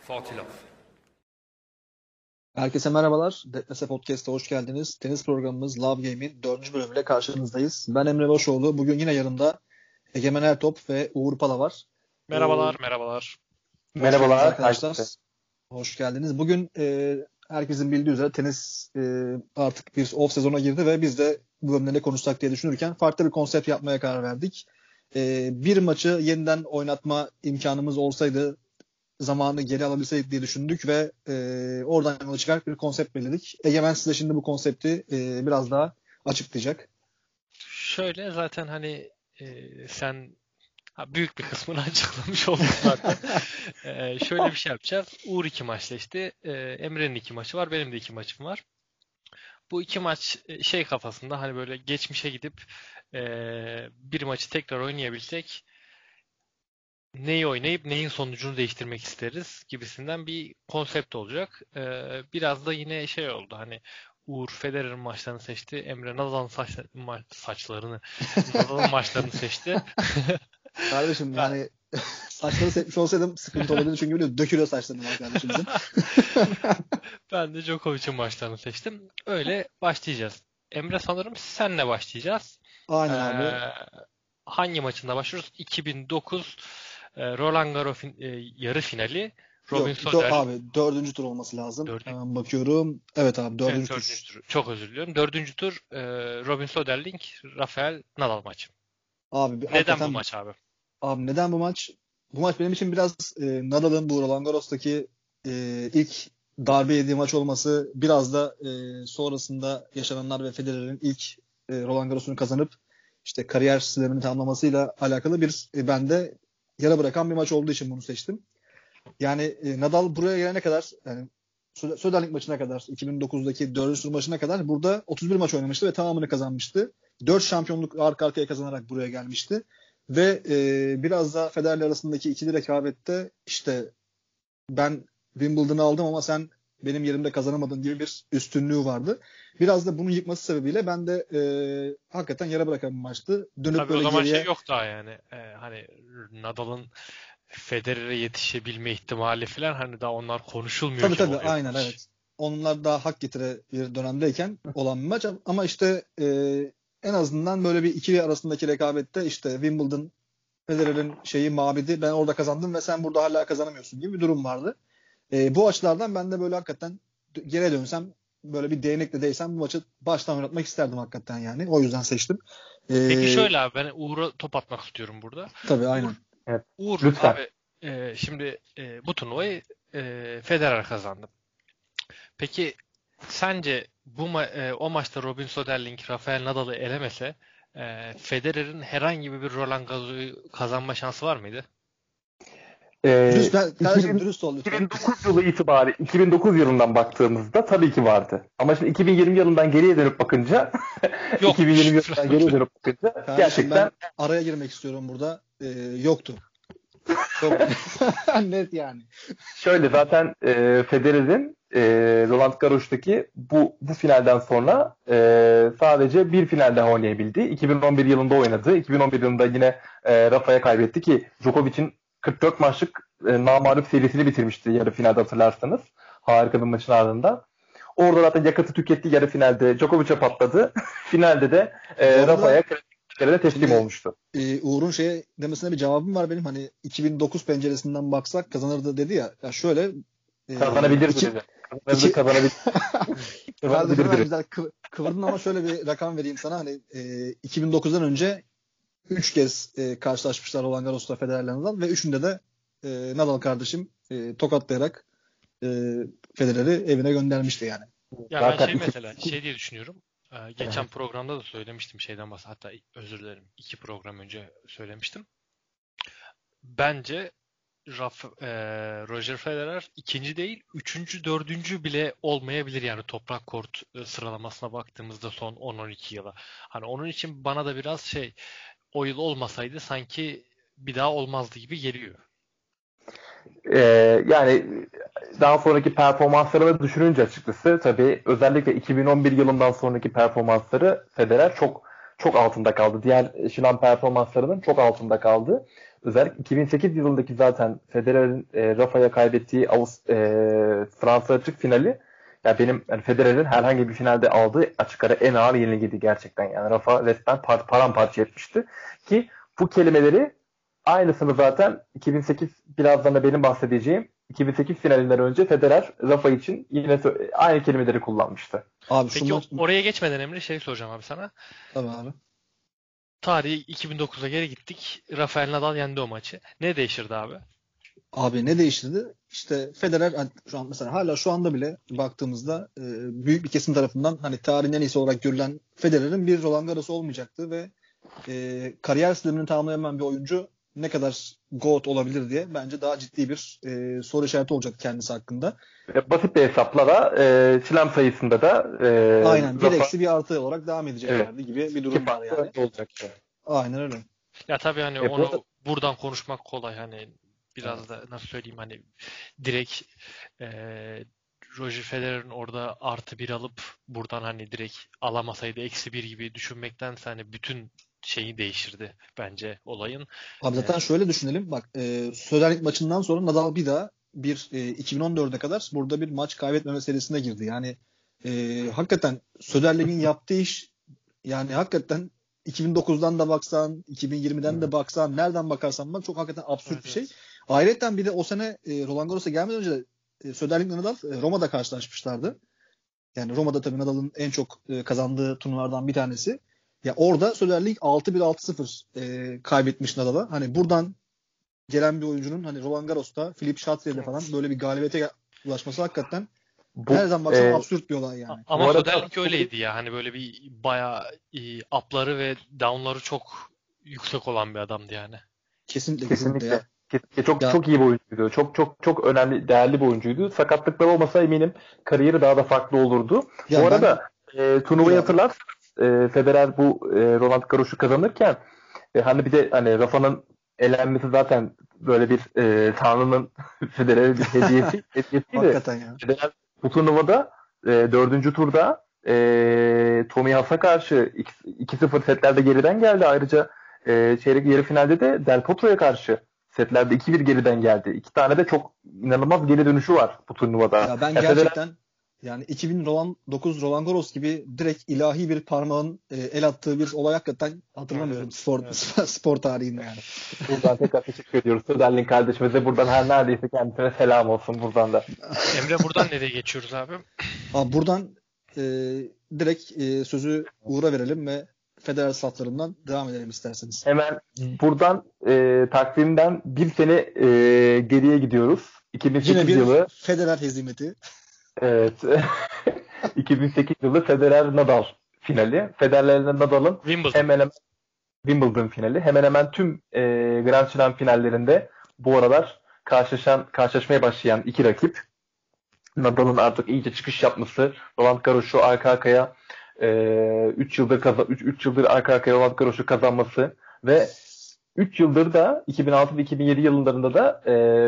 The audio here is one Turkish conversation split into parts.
Fortilov. Herkese merhabalar. Detlese Podcast'a hoş geldiniz. Tenis programımız Love Game'in 4. bölümüyle karşınızdayız. Ben Emre Başoğlu. Bugün yine yanımda Egemen Ertop ve Uğur Pala var. Merhabalar. Merhabalar arkadaşlar. Hoş geldiniz. Bugün herkesin bildiği üzere tenis artık bir off sezona girdi ve biz de bu bölümde konuşsak diye düşünürken farklı bir konsept yapmaya karar verdik. Bir maçı yeniden oynatma imkanımız olsaydı zamanı geri alabilseydik diye düşündük ve oradan yola çıkarak bir konsept belirledik. Egemen size şimdi bu konsepti biraz daha açıklayacak. Şöyle zaten sen büyük bir kısmını açıklamış oldun zaten. Şöyle bir şey yapacağız. Uğur 2 maç seçti. Emre'nin 2 maçı var. Benim de 2 maçım var. Bu 2 maç kafasında böyle geçmişe gidip bir maçı tekrar oynayabilsek neyi oynayıp neyin sonucunu değiştirmek isteriz gibisinden bir konsept olacak. Biraz da yine oldu. Uğur Federer'in maçlarını seçti. Emre Nadal'ın Nadal'ın maçlarını seçti. Kardeşim yani saçları seçmiş olsaydım sıkıntı olabilirdi çünkü böyle dökülüyor saçlarım var kardeşimizin. Ben de Djokovic'in maçlarını seçtim. Öyle başlayacağız. Emre sanırım senle başlayacağız. Aynen abi. Hangi maçında başlıyoruz? 2009 Roland Garros yarı finali. Robin Soder. Abi 4. tur olması lazım. Hemen bakıyorum. Evet abi 4. tur. Çok özür diliyorum. 4. tur Robin Soderling, Rafael Nadal maçı. Abi, neden bu maç abi? Abi neden bu maç? Bu maç benim için biraz Nadal'ın bu Roland Garros'taki ilk darbe yediği maç olması, biraz da sonrasında yaşananlar ve Federer'in ilk Roland Garros'unu kazanıp işte kariyer sınırını tamamlamasıyla alakalı bir bende yara bırakan bir maç olduğu için bunu seçtim. Yani Nadal buraya gelene kadar, yani Söderling maçına kadar, 2009'daki 4. tur maçına kadar burada 31 maç oynamıştı ve tamamını kazanmıştı. 4 şampiyonluk arka arkaya kazanarak buraya gelmişti. Ve biraz da Federer'le arasındaki ikili rekabette işte ben Wimbledon'ı aldım ama sen benim yerimde kazanamadın gibi bir üstünlüğü vardı. Biraz da bunun yıkması sebebiyle ben de hakikaten yara bırakan bir maçtı. Dönüp tabii böyle o zaman geriye... yok daha yani. Nadal'ın Federer'e yetişebilme ihtimali falan daha onlar konuşulmuyor. Tabii aynen evet. Onlar daha hak getire bir dönemdeyken olan bir maç ama işte en azından böyle bir ikili arasındaki rekabette işte Wimbledon Federer'in mabedi, ben orada kazandım ve sen burada hala kazanamıyorsun gibi bir durum vardı. Bu açılardan ben de böyle hakikaten geri dönsem, böyle bir değnekle değsem bu maçı baştan oynatmak isterdim hakikaten yani. O yüzden seçtim. Peki şöyle abi, ben Uğur'a top atmak istiyorum burada. Tabii aynen. Evet. Uğur lütfen. Abi şimdi bu turnuvayı Federer kazandı. Peki sence o maçta Robin Soderling Rafael Nadal'ı elemese Federer'in herhangi bir Roland Garros'u kazanma şansı var mıydı? Dürüst ol lütfen. 2009 yılı itibariyle 2009 yılından baktığımızda tabii ki vardı. Ama şimdi 2020 yılından geriye dönüp bakınca 2020 yılından geriye dönüp bakınca kardeşim, gerçekten ben araya girmek istiyorum burada. Yoktu. Çok net yani. Şöyle zaten Federer'in Roland Garros'taki bu finalden sonra sadece bir final daha oynayabildi. 2011 yılında oynadı. 2011 yılında yine Rafa'ya kaybetti ki Djokovic'in 44 maçlık namağlup serisini bitirmişti yarı finalde, hatırlarsanız. Harika bir maçın ardından. Orada zaten yakıtı tüketti, yarı finalde Djokovic'e patladı. Finalde de Rafa'ya teslim olmuştu. Uğur'un demesine bir cevabım var benim. 2009 penceresinden baksak kazanırdı dedi ya. Ya şöyle kazanabilirdi dedi. Kazanabilir. Kardeşim güzel kıvırdın ama şöyle bir rakam vereyim sana. 2009'dan önce 3 kez karşılaşmışlar Roland Garros'ta Federer'le Nadal ve üçünde de Nadal kardeşim tokatlayarak Federer'i evine göndermişti yani. Ya ben mesela diye düşünüyorum. Geçen programda da söylemiştim şeyden hatta özür dilerim 2 program önce söylemiştim. Bence Roger Federer ikinci değil 3. 4. bile olmayabilir yani toprak kort sıralamasına baktığımızda son 10-12 yıla. Onun için bana da biraz o yıl olmasaydı sanki bir daha olmazdı gibi geliyor. Yani daha sonraki performanslarını düşününce açıkçası tabii özellikle 2011 yılından sonraki performansları Federer çok altında kaldı. Diğer eşilen performanslarının çok altında kaldı. Özellikle 2008 yılındaki zaten Federer'in Rafa'ya kaybettiği Fransa açık finali, ya benim yani Federer'in herhangi bir finalde aldığı açık ara en ağır yenilgiydi gerçekten. Yani Rafa resmen paramparça etmişti. Ki bu kelimeleri aynısını zaten 2008, birazdan da benim bahsedeceğim 2008 finalinden önce Federer Rafa için yine aynı kelimeleri kullanmıştı. Abi peki oraya geçmeden Emre soracağım abi sana. Tabii abi. Tarihi 2009'a geri gittik. Rafael Nadal yendi o maçı. Ne değişirdi abi? Abi ne değiştirdi? İşte Federer şu an mesela hala şu anda bile baktığımızda büyük bir kesim tarafından hani tarihin en iyisi olarak görülen Federer'in bir Roland Garros olmayacaktı ve kariyer sistemini tamamlayan bir oyuncu ne kadar GOAT olabilir diye bence daha ciddi bir soru işareti olacak kendisi hakkında. Basit bir hesapla da slam sayısında da aynen bir eksi bir artı olarak devam edeceklerdi gibi bir durum var yani. Olacaktı. Aynen öyle. Ya tabii hani onu buradan konuşmak kolay, hani biraz da nasıl söyleyeyim, hani direkt Roger Federer'in orada artı bir alıp buradan hani direkt alamasaydı eksi bir gibi düşünmektense hani bütün şeyi değiştirdi bence olayın. Abi zaten şöyle düşünelim. Bak Söderling maçından sonra Nadal bir daha 2014'e kadar burada bir maç kaybetmeme serisine girdi. Yani hakikaten Söderling'in yaptığı iş, yani hakikaten 2009'dan da baksan, 2020'den de baksan, nereden bakarsan bak çok hakikaten absürt bir şey. Ayrıca bir de o sene Roland Garros'a gelmeden önce Söderling ile Nadal Roma'da karşılaşmışlardı. Yani Roma'da tabii Nadal'ın en çok kazandığı turnuvalardan bir tanesi. Ya orada Söderling 6-1 6-0 kaybetmiş Nadal'a. Hani buradan gelen bir oyuncunun hani Roland Garros'ta Philippe Chatrier'de falan böyle bir galibiyete ulaşması hakikaten nereden baksan absürt bir olay yani. Ama Söderling öyleydi ya. Hani böyle bir bayağı up'ları ve down'ları çok yüksek olan bir adamdı yani. Kesinlikle. Ya. Çok iyi bir oyuncuydu. Çok önemli, değerli bir oyuncuydu. Sakatlıklar olmasa eminim kariyeri daha da farklı olurdu. Bu arada turnuvayı hatırlarsınız. Federer bu Roland Garros'u kazanırken hani bir de hani Rafa'nın elenmesi zaten böyle bir Tanrı'nın Federer'e bir hediyesiydi. Hakikaten ya. Federer bu turnuvada 4. turda Tommy Haas'a karşı 2-0 setlerde geriden geldi. Ayrıca çeyrek yarı finalde de Del Potro'ya karşı setlerde 2-1 geriden geldi. 2 tane de çok inanılmaz geri dönüşü var bu turnuvada. Ya ben gerçekten yani 2009 Roland Garros gibi direkt ilahi bir parmağın el attığı bir olay hakikaten hatırlamıyorum spor tarihinde yani. Buradan tekrar teşekkür ediyoruz. Söderling kardeşimize buradan her neredeyse kendisine selam olsun buradan da. Emre buradan nereye geçiyoruz abi? Abi buradan direkt sözü Uğur'a verelim ve Federer saflarından devam edelim isterseniz. Hemen buradan takvimden bir sene geriye gidiyoruz. 2008 yine bir yılı. Federer hezimeti. Evet. 2008 yılı Federer-Nadal finali. Federer'le Nadal'ın Wimbledon finali. Hemen hemen tüm Grand Slam finallerinde bu aralar karşılaşmaya başlayan iki rakip. Nadal'ın artık iyice çıkış yapması, Roland Garros'u arka arkaya 3 yıldır arka arkaya Roland Garros'u kazanması ve 3 yıldır da 2006 ve 2007 yıllarında da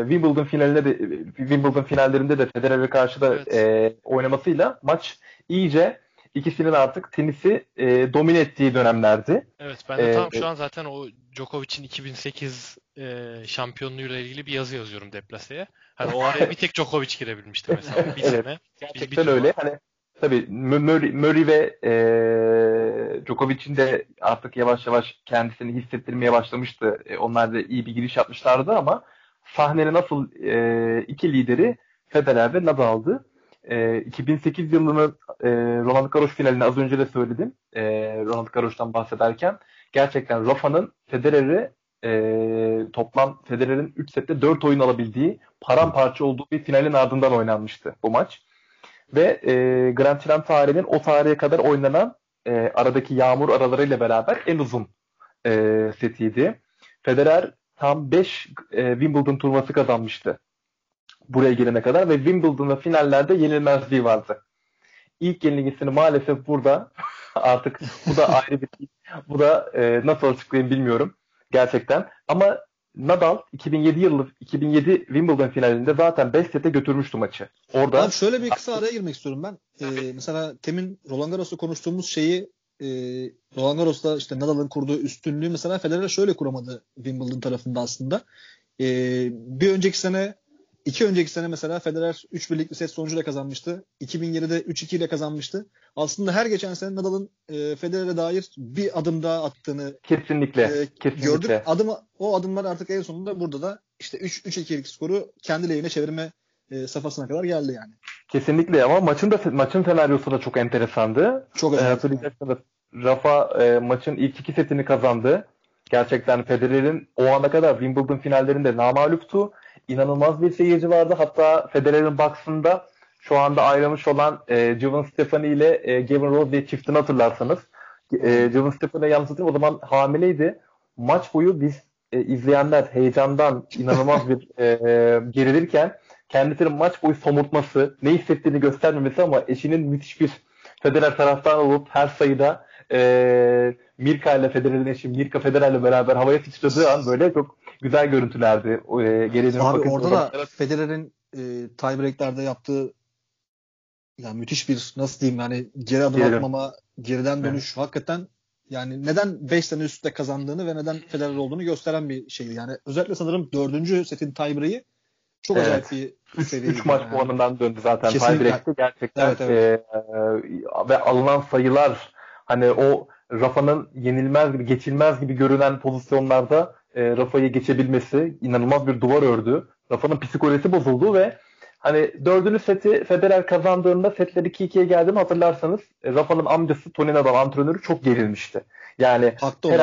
Wimbledon finallerinde de Federer'e karşı da oynamasıyla maç iyice ikisinin artık tenisi domine ettiği dönemlerdi. Evet, ben de tam şu an zaten o Djokovic'in 2008 şampiyonluğuyla ilgili bir yazı yazıyorum Deplas'e. Hani o araya bir tek Djokovic girebilmişti mesela. Bir evet, sene. Gerçekten öyle. Hani tabii Murray ve Djokovic'in de artık yavaş yavaş kendisini hissettirmeye başlamıştı. Onlar da iyi bir giriş yapmışlardı ama sahnenin asıl iki lideri Federer ve Nadal'dı. 2008 yılının Roland Garros finalini az önce de söyledim. Roland Garros'tan bahsederken gerçekten Rafa'nın Federer'i toplam Federer'in 3 sette 4 oyun alabildiği, paramparça olduğu bir finalin ardından oynanmıştı bu maç. Ve Grand Slam tarihinin o tarihe kadar oynanan aradaki yağmur aralarıyla beraber en uzun setiydi. Federer tam 5 Wimbledon turnuvası kazanmıştı buraya gelene kadar ve Wimbledon'da finallerde yenilmezliği vardı. İlk yenilgisini maalesef burada artık bu da ayrı bir bu da nasıl açıklayayım bilmiyorum gerçekten. Ama Nadal 2007 Wimbledon finalinde zaten 5 sete götürmüştü maçı. Orada abi şöyle bir kısa araya girmek istiyorum ben. Mesela temin Roland Garros'u konuştuğumuz şeyi Roland Garros'ta işte Nadal'ın kurduğu üstünlüğü mesela Federer şöyle kuramadı Wimbledon tarafında aslında. İki önceki sene mesela Federer 3-1'lik bir set sonucuyla kazanmıştı. 2007'de 3-2 ile kazanmıştı. Aslında her geçen sene Nadal'ın Federer'e dair bir adım daha attığını kesinlikle gördük. O adımlar artık en sonunda burada da işte 3-2'lik skoru kendi lehine çevirme safhasına kadar geldi yani. Kesinlikle ama maçın senaryosu da çok enteresandı. Çok önemli. Hatırlayacaksınız. Rafa maçın ilk 2 setini kazandı. Gerçekten Federer'in o ana kadar Wimbledon finallerinde namağluptu. İnanılmaz bir seyirci vardı. Hatta Federer'in box'ında şu anda ayrılmış olan Gavin Stefani ile Gavin Rosley çiftini hatırlarsanız. Gavin Stefani yanlış hatırlıyorum, o zaman hamileydi. Maç boyu biz izleyenler heyecandan inanılmaz bir gerilirken kendisinin maç boyu somurtması, ne hissettiğini göstermemesi ama eşinin müthiş bir Federer taraftarı olup her sayıda Mirka ile Federer'in eşi Mirka Federer'le beraber havaya sıçradığı an böyle çok güzel görüntülerdi. Abi orada da Federer'in tiebreak'lerde yaptığı yani müthiş bir nasıl diyeyim yani geri adım atmama, geriden dönüş hakikaten yani neden 5 sene üstte kazandığını ve neden Federer olduğunu gösteren bir şeydi. Yani özellikle sanırım 4. setin tiebreak'i çok acayip bir seviyeydi. 3 maç puanından döndü zaten tiebreak'te gerçekten. Evet. Ve alınan sayılar hani o Rafa'nın yenilmez gibi, geçilmez gibi görünen pozisyonlarda Rafa'yı geçebilmesi inanılmaz bir duvar ördü. Rafa'nın psikolojisi bozuldu ve hani 4. seti Federer kazandığında setler 2-2'ye geldiğini hatırlarsanız Rafa'nın amcası Tony Nadal antrenörü çok gerilmişti. Yani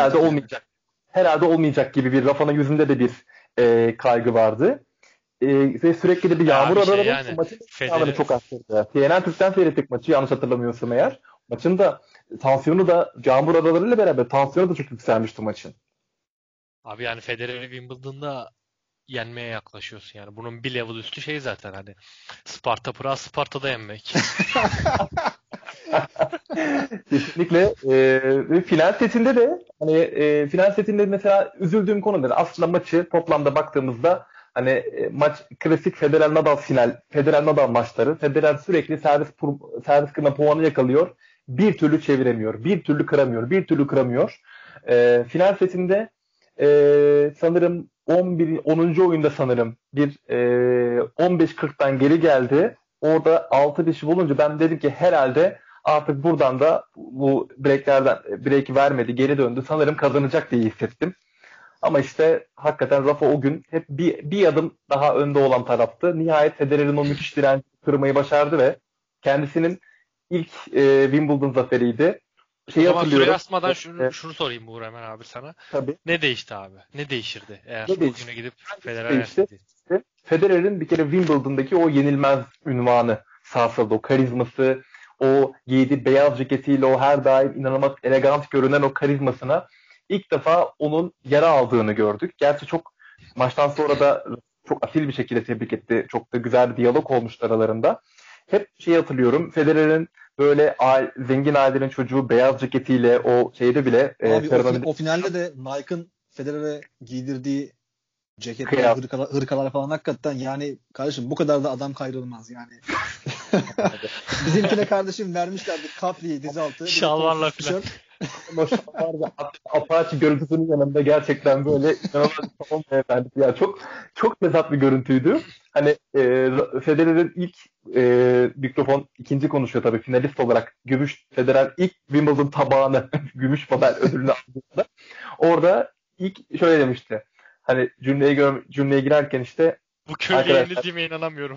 herhalde olmayacak gibi bir Rafa'nın yüzünde de bir kaygı vardı. Ve sürekli de bir yağmur araları yani, maçın çok arttırdı. CNN Türk'ten seyrettik maçı yanlış hatırlamıyorsam eğer. Maçın da tansiyonu da yağmur aralarıyla beraber tansiyonu da çok yükselmişti maçın. Abi yani Federer'i Wimbledon'da yenmeye yaklaşıyorsun yani. Bunun bir level üstü şey zaten hani Sparta Prag Sparta'da yenmek. Kesinlikle. Ve final setinde de hani final setinde mesela üzüldüğüm konu nedir? Aslında maçı toplamda baktığımızda hani maç klasik Federer Nadal final, Federer Nadal maçları. Federer sürekli servis kırma puanı yakalıyor. Bir türlü çeviremiyor. Bir türlü kıramıyor. Final setinde sanırım 10. oyunda sanırım bir 15-40'tan geri geldi. Orada 6-5 bulunca ben dedim ki herhalde artık buradan da bu break'i vermedi, geri döndü. Sanırım kazanacak diye hissettim. Ama işte hakikaten Rafa o gün hep bir adım daha önde olan taraftı. Nihayet Federer'in o müthiş direnci kırmayı başardı ve kendisinin ilk Wimbledon zaferiydi. O zaman süreyi asmadan şunu sorayım Uğur hemen abi sana. Tabii. Ne değişti abi? Ne değişirdi eğer bugüne gidip Federer değişti? Federer'in bir kere Wimbledon'daki o yenilmez ünvanı sarsıldı. O karizması, o giydiği beyaz ceketiyle o her daim inanılmaz elegant görünen o karizmasına ilk defa onun yara aldığını gördük. Gerçi çok maçtan sonra da çok asil bir şekilde tebrik etti. Çok da güzel bir diyalog olmuştu aralarında. Hep hatırlıyorum. Federer'in böyle zengin ailenin çocuğu beyaz ceketiyle o şeyde bile abi o finalde de Nike'ın Federer'e giydirdiği ceketler, hırkalar falan hakikaten yani kardeşim bu kadar da adam kayrılmaz yani. Bizimkine kardeşim vermişlerdi kafliyi diz altı. Şalvarla falan. O şalvarla Apache görüntüsünün yanında gerçekten böyle inanılmaz bir salon beyefendi. Yani çok tezat bir görüntüydü. Hani Federer'in ilk mikrofon ikinci konuşuyor tabii finalist olarak. Federer ilk Wimbledon tabağını gümüş madalya ödülünü aldığında orada ilk şöyle demişti. Hani cümleye girerken işte bu köylüye yenildiğime inanamıyorum.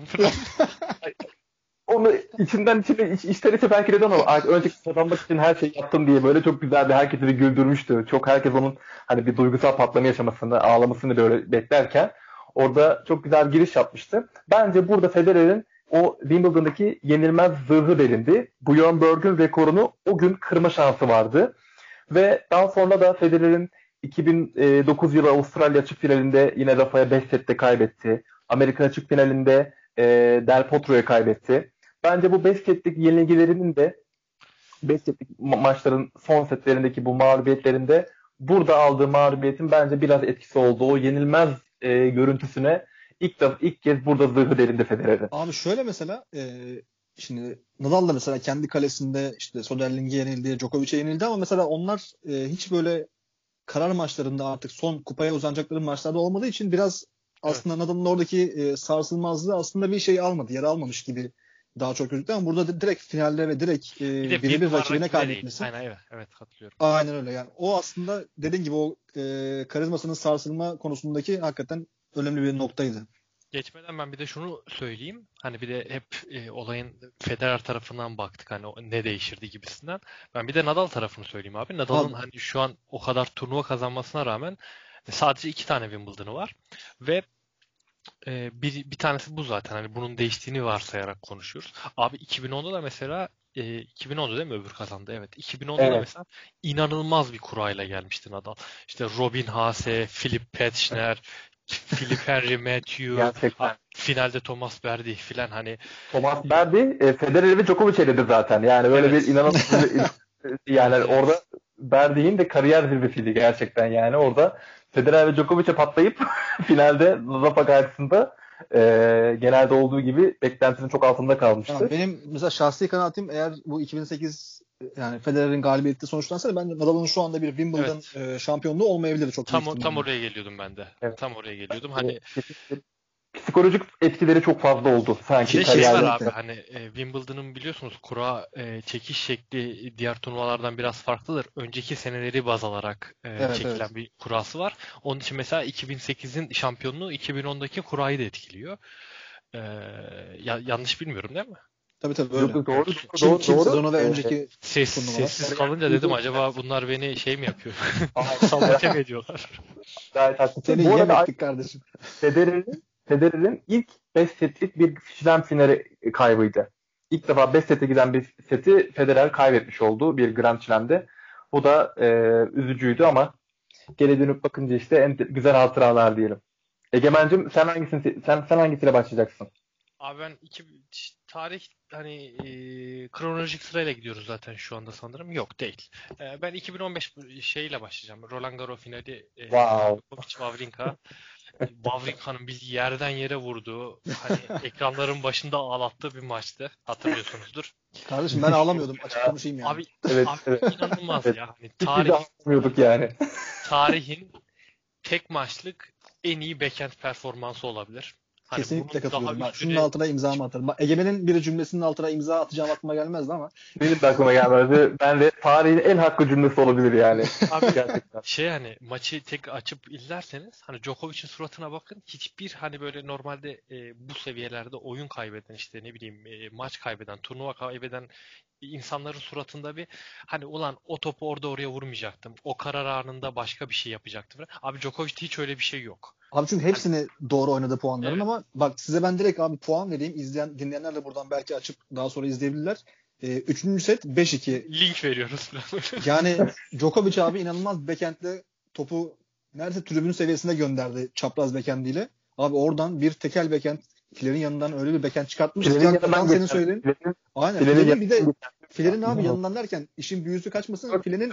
Onu içten içe belki neden o önceki kazanmak için her şeyi yaptım diye böyle çok güzel bir herkesi de güldürmüştü. Çok herkes onun hani bir duygusal patlama yaşamasını, ağlamasını böyle beklerken orada çok güzel bir giriş yapmıştı. Bence burada Federer'in o Wimbledon'daki yenilmez zırhı delindi. Björn Borg'un rekorunu o gün kırma şansı vardı. Ve daha sonra da Federer'in 2009 yılı Avustralya açık finalinde yine Rafa'ya 5 sette kaybetti. Amerika açık finalinde Del Potro'ya kaybetti. Bence bu 5 setlik yenilgilerinin de 5 setlik maçların son setlerindeki bu mağlubiyetlerinde burada aldığı mağlubiyetin bence biraz etkisi oldu. O yenilmez görüntüsüne ilk kez burada zırhı delindi Federer'in. Abi şöyle mesela şimdi Nadal da mesela kendi kalesinde işte Soderling'e yenildi, Djokovic'e yenildi ama mesela onlar hiç böyle karar maçlarında artık son kupaya uzanacakları maçlarda olmadığı için biraz aslında Nadal'ın oradaki sarsılmazlığı aslında bir şey almadı, yer almamış gibi daha çok gözüktü ama burada direkt finalde ve direkt birebir rakibine kaybetmesi. Aynen evet katılıyorum. Aynen öyle yani. O aslında dediğin gibi o karizmasının sarsılma konusundaki hakikaten önemli bir noktaydı. Geçmeden ben bir de şunu söyleyeyim. Hani bir de hep olayın Federer tarafından baktık hani ne değişirdi gibisinden. Ben bir de Nadal tarafını söyleyeyim abi. Nadal'ın hani şu an o kadar turnuva kazanmasına rağmen sadece 2 tane Wimbledon'ı var. Ve bir tanesi bu zaten. Hani bunun değiştiğini varsayarak konuşuyoruz. Abi 2010'da da mesela 2010'da değil mi öbür kazandı? Evet. 2010'da da mesela inanılmaz bir kurayla gelmişti Nadal. İşte Robin Haase, Philip Petzschner, Philip Henry Matthew, finalde Thomas Berdych filan hani. Thomas Berdych, Federer ve Djokovic eledi zaten. Yani böyle bir inanılmaz yani orada Berdych'in de kariyer zirvesiydi gerçekten yani. Orada Federer ve Djokovic'e patlayıp finalde Rafa karşısında genelde olduğu gibi beklentisinin çok altında kalmıştı. Yani benim mesela şahsi kanaatim eğer bu 2008 yani Federer'in galibiyeti sonuçlansa bence Nadal'ın şu anda bir Wimbledon şampiyonluğu olmayabilir çok büyük ihtimalle. Tam oraya geliyordum ben de. Evet. Tam oraya geliyordum. Hani psikolojik etkileri çok fazla oldu sanki. Bir de şey var abi hani Wimbledon'ın biliyorsunuz kura çekiş şekli diğer turnuvalardan biraz farklıdır. Önceki seneleri baz alarak çekilen bir kurası var. Onun için mesela 2008'in şampiyonluğu 2010'daki kurayı da etkiliyor. Yanlış bilmiyorum değil mi? Tabii öyle. Doğru. Çin sezonu ve önceki sessiz kalınca dedim acaba bunlar beni şey mi yapıyor? Sabote mi ediyorlar? Gayet haklısın. Seni yemettik kardeşim. Federer'in ilk 5 setlik bir Slam finali kaybıydı. İlk defa 5 sete giden bir seti Federer kaybetmiş oldu bir Grand Slam'de. Bu da üzücüydü ama geri dönüp bakınca işte güzel hatıralar diyelim. Egemen'cim sen hangisiyle başlayacaksın? Abi ben tarih hani kronolojik sırayla gidiyoruz zaten şu anda sanırım. Yok değil. Ben 2015 şeyle başlayacağım. Roland Garros finali. Wawrinka. Wawrinka'nın bir yerden yere vurduğu, hani ekranların başında ağlattığı bir maçtı. Hatırlıyorsunuzdur. Kardeşim ben ağlamıyordum. Açık konuşayım yani. Abi inanılmaz ya. Hani tarihin tek maçlık en iyi backhand performansı olabilir. Hani kesinlikle katılıyorum. Şunun altına imzamı atarım. Egemen'in bir cümlesinin altına imza atacağım aklıma gelmezdi ama. Benim de aklıma gelmezdi. Ben de tarihin en hakkı cümlesi olabilir yani. Abi gerçekten. Hani maçı tek açıp izlerseniz hani Djokovic'in suratına bakın. Hiçbir hani böyle normalde bu seviyelerde oyun kaybeden işte ne bileyim maç kaybeden, turnuva kaybeden insanların suratında bir hani ulan o topu oraya vurmayacaktım. O karar anında başka bir şey yapacaktım. Abi Djokovic'te hiç öyle bir şey yok. Abi çünkü hepsini doğru oynadı puanların ama bak size ben direkt abi puan vereyim. Dinleyenler de buradan belki açıp daha sonra izleyebilirler. 3. set 5-2. Link veriyoruz. Yani Djokovic abi inanılmaz backhand'le topu neredeyse tribün seviyesine gönderdi çapraz backhand'iyle. Abi oradan bir tekel backhand filerin yanından öyle bir backhand çıkartmış. Tam senin söylediğin. Aynen. Filenin bir de filenin abi yanından derken işin büyüsü kaçmasın. Filenin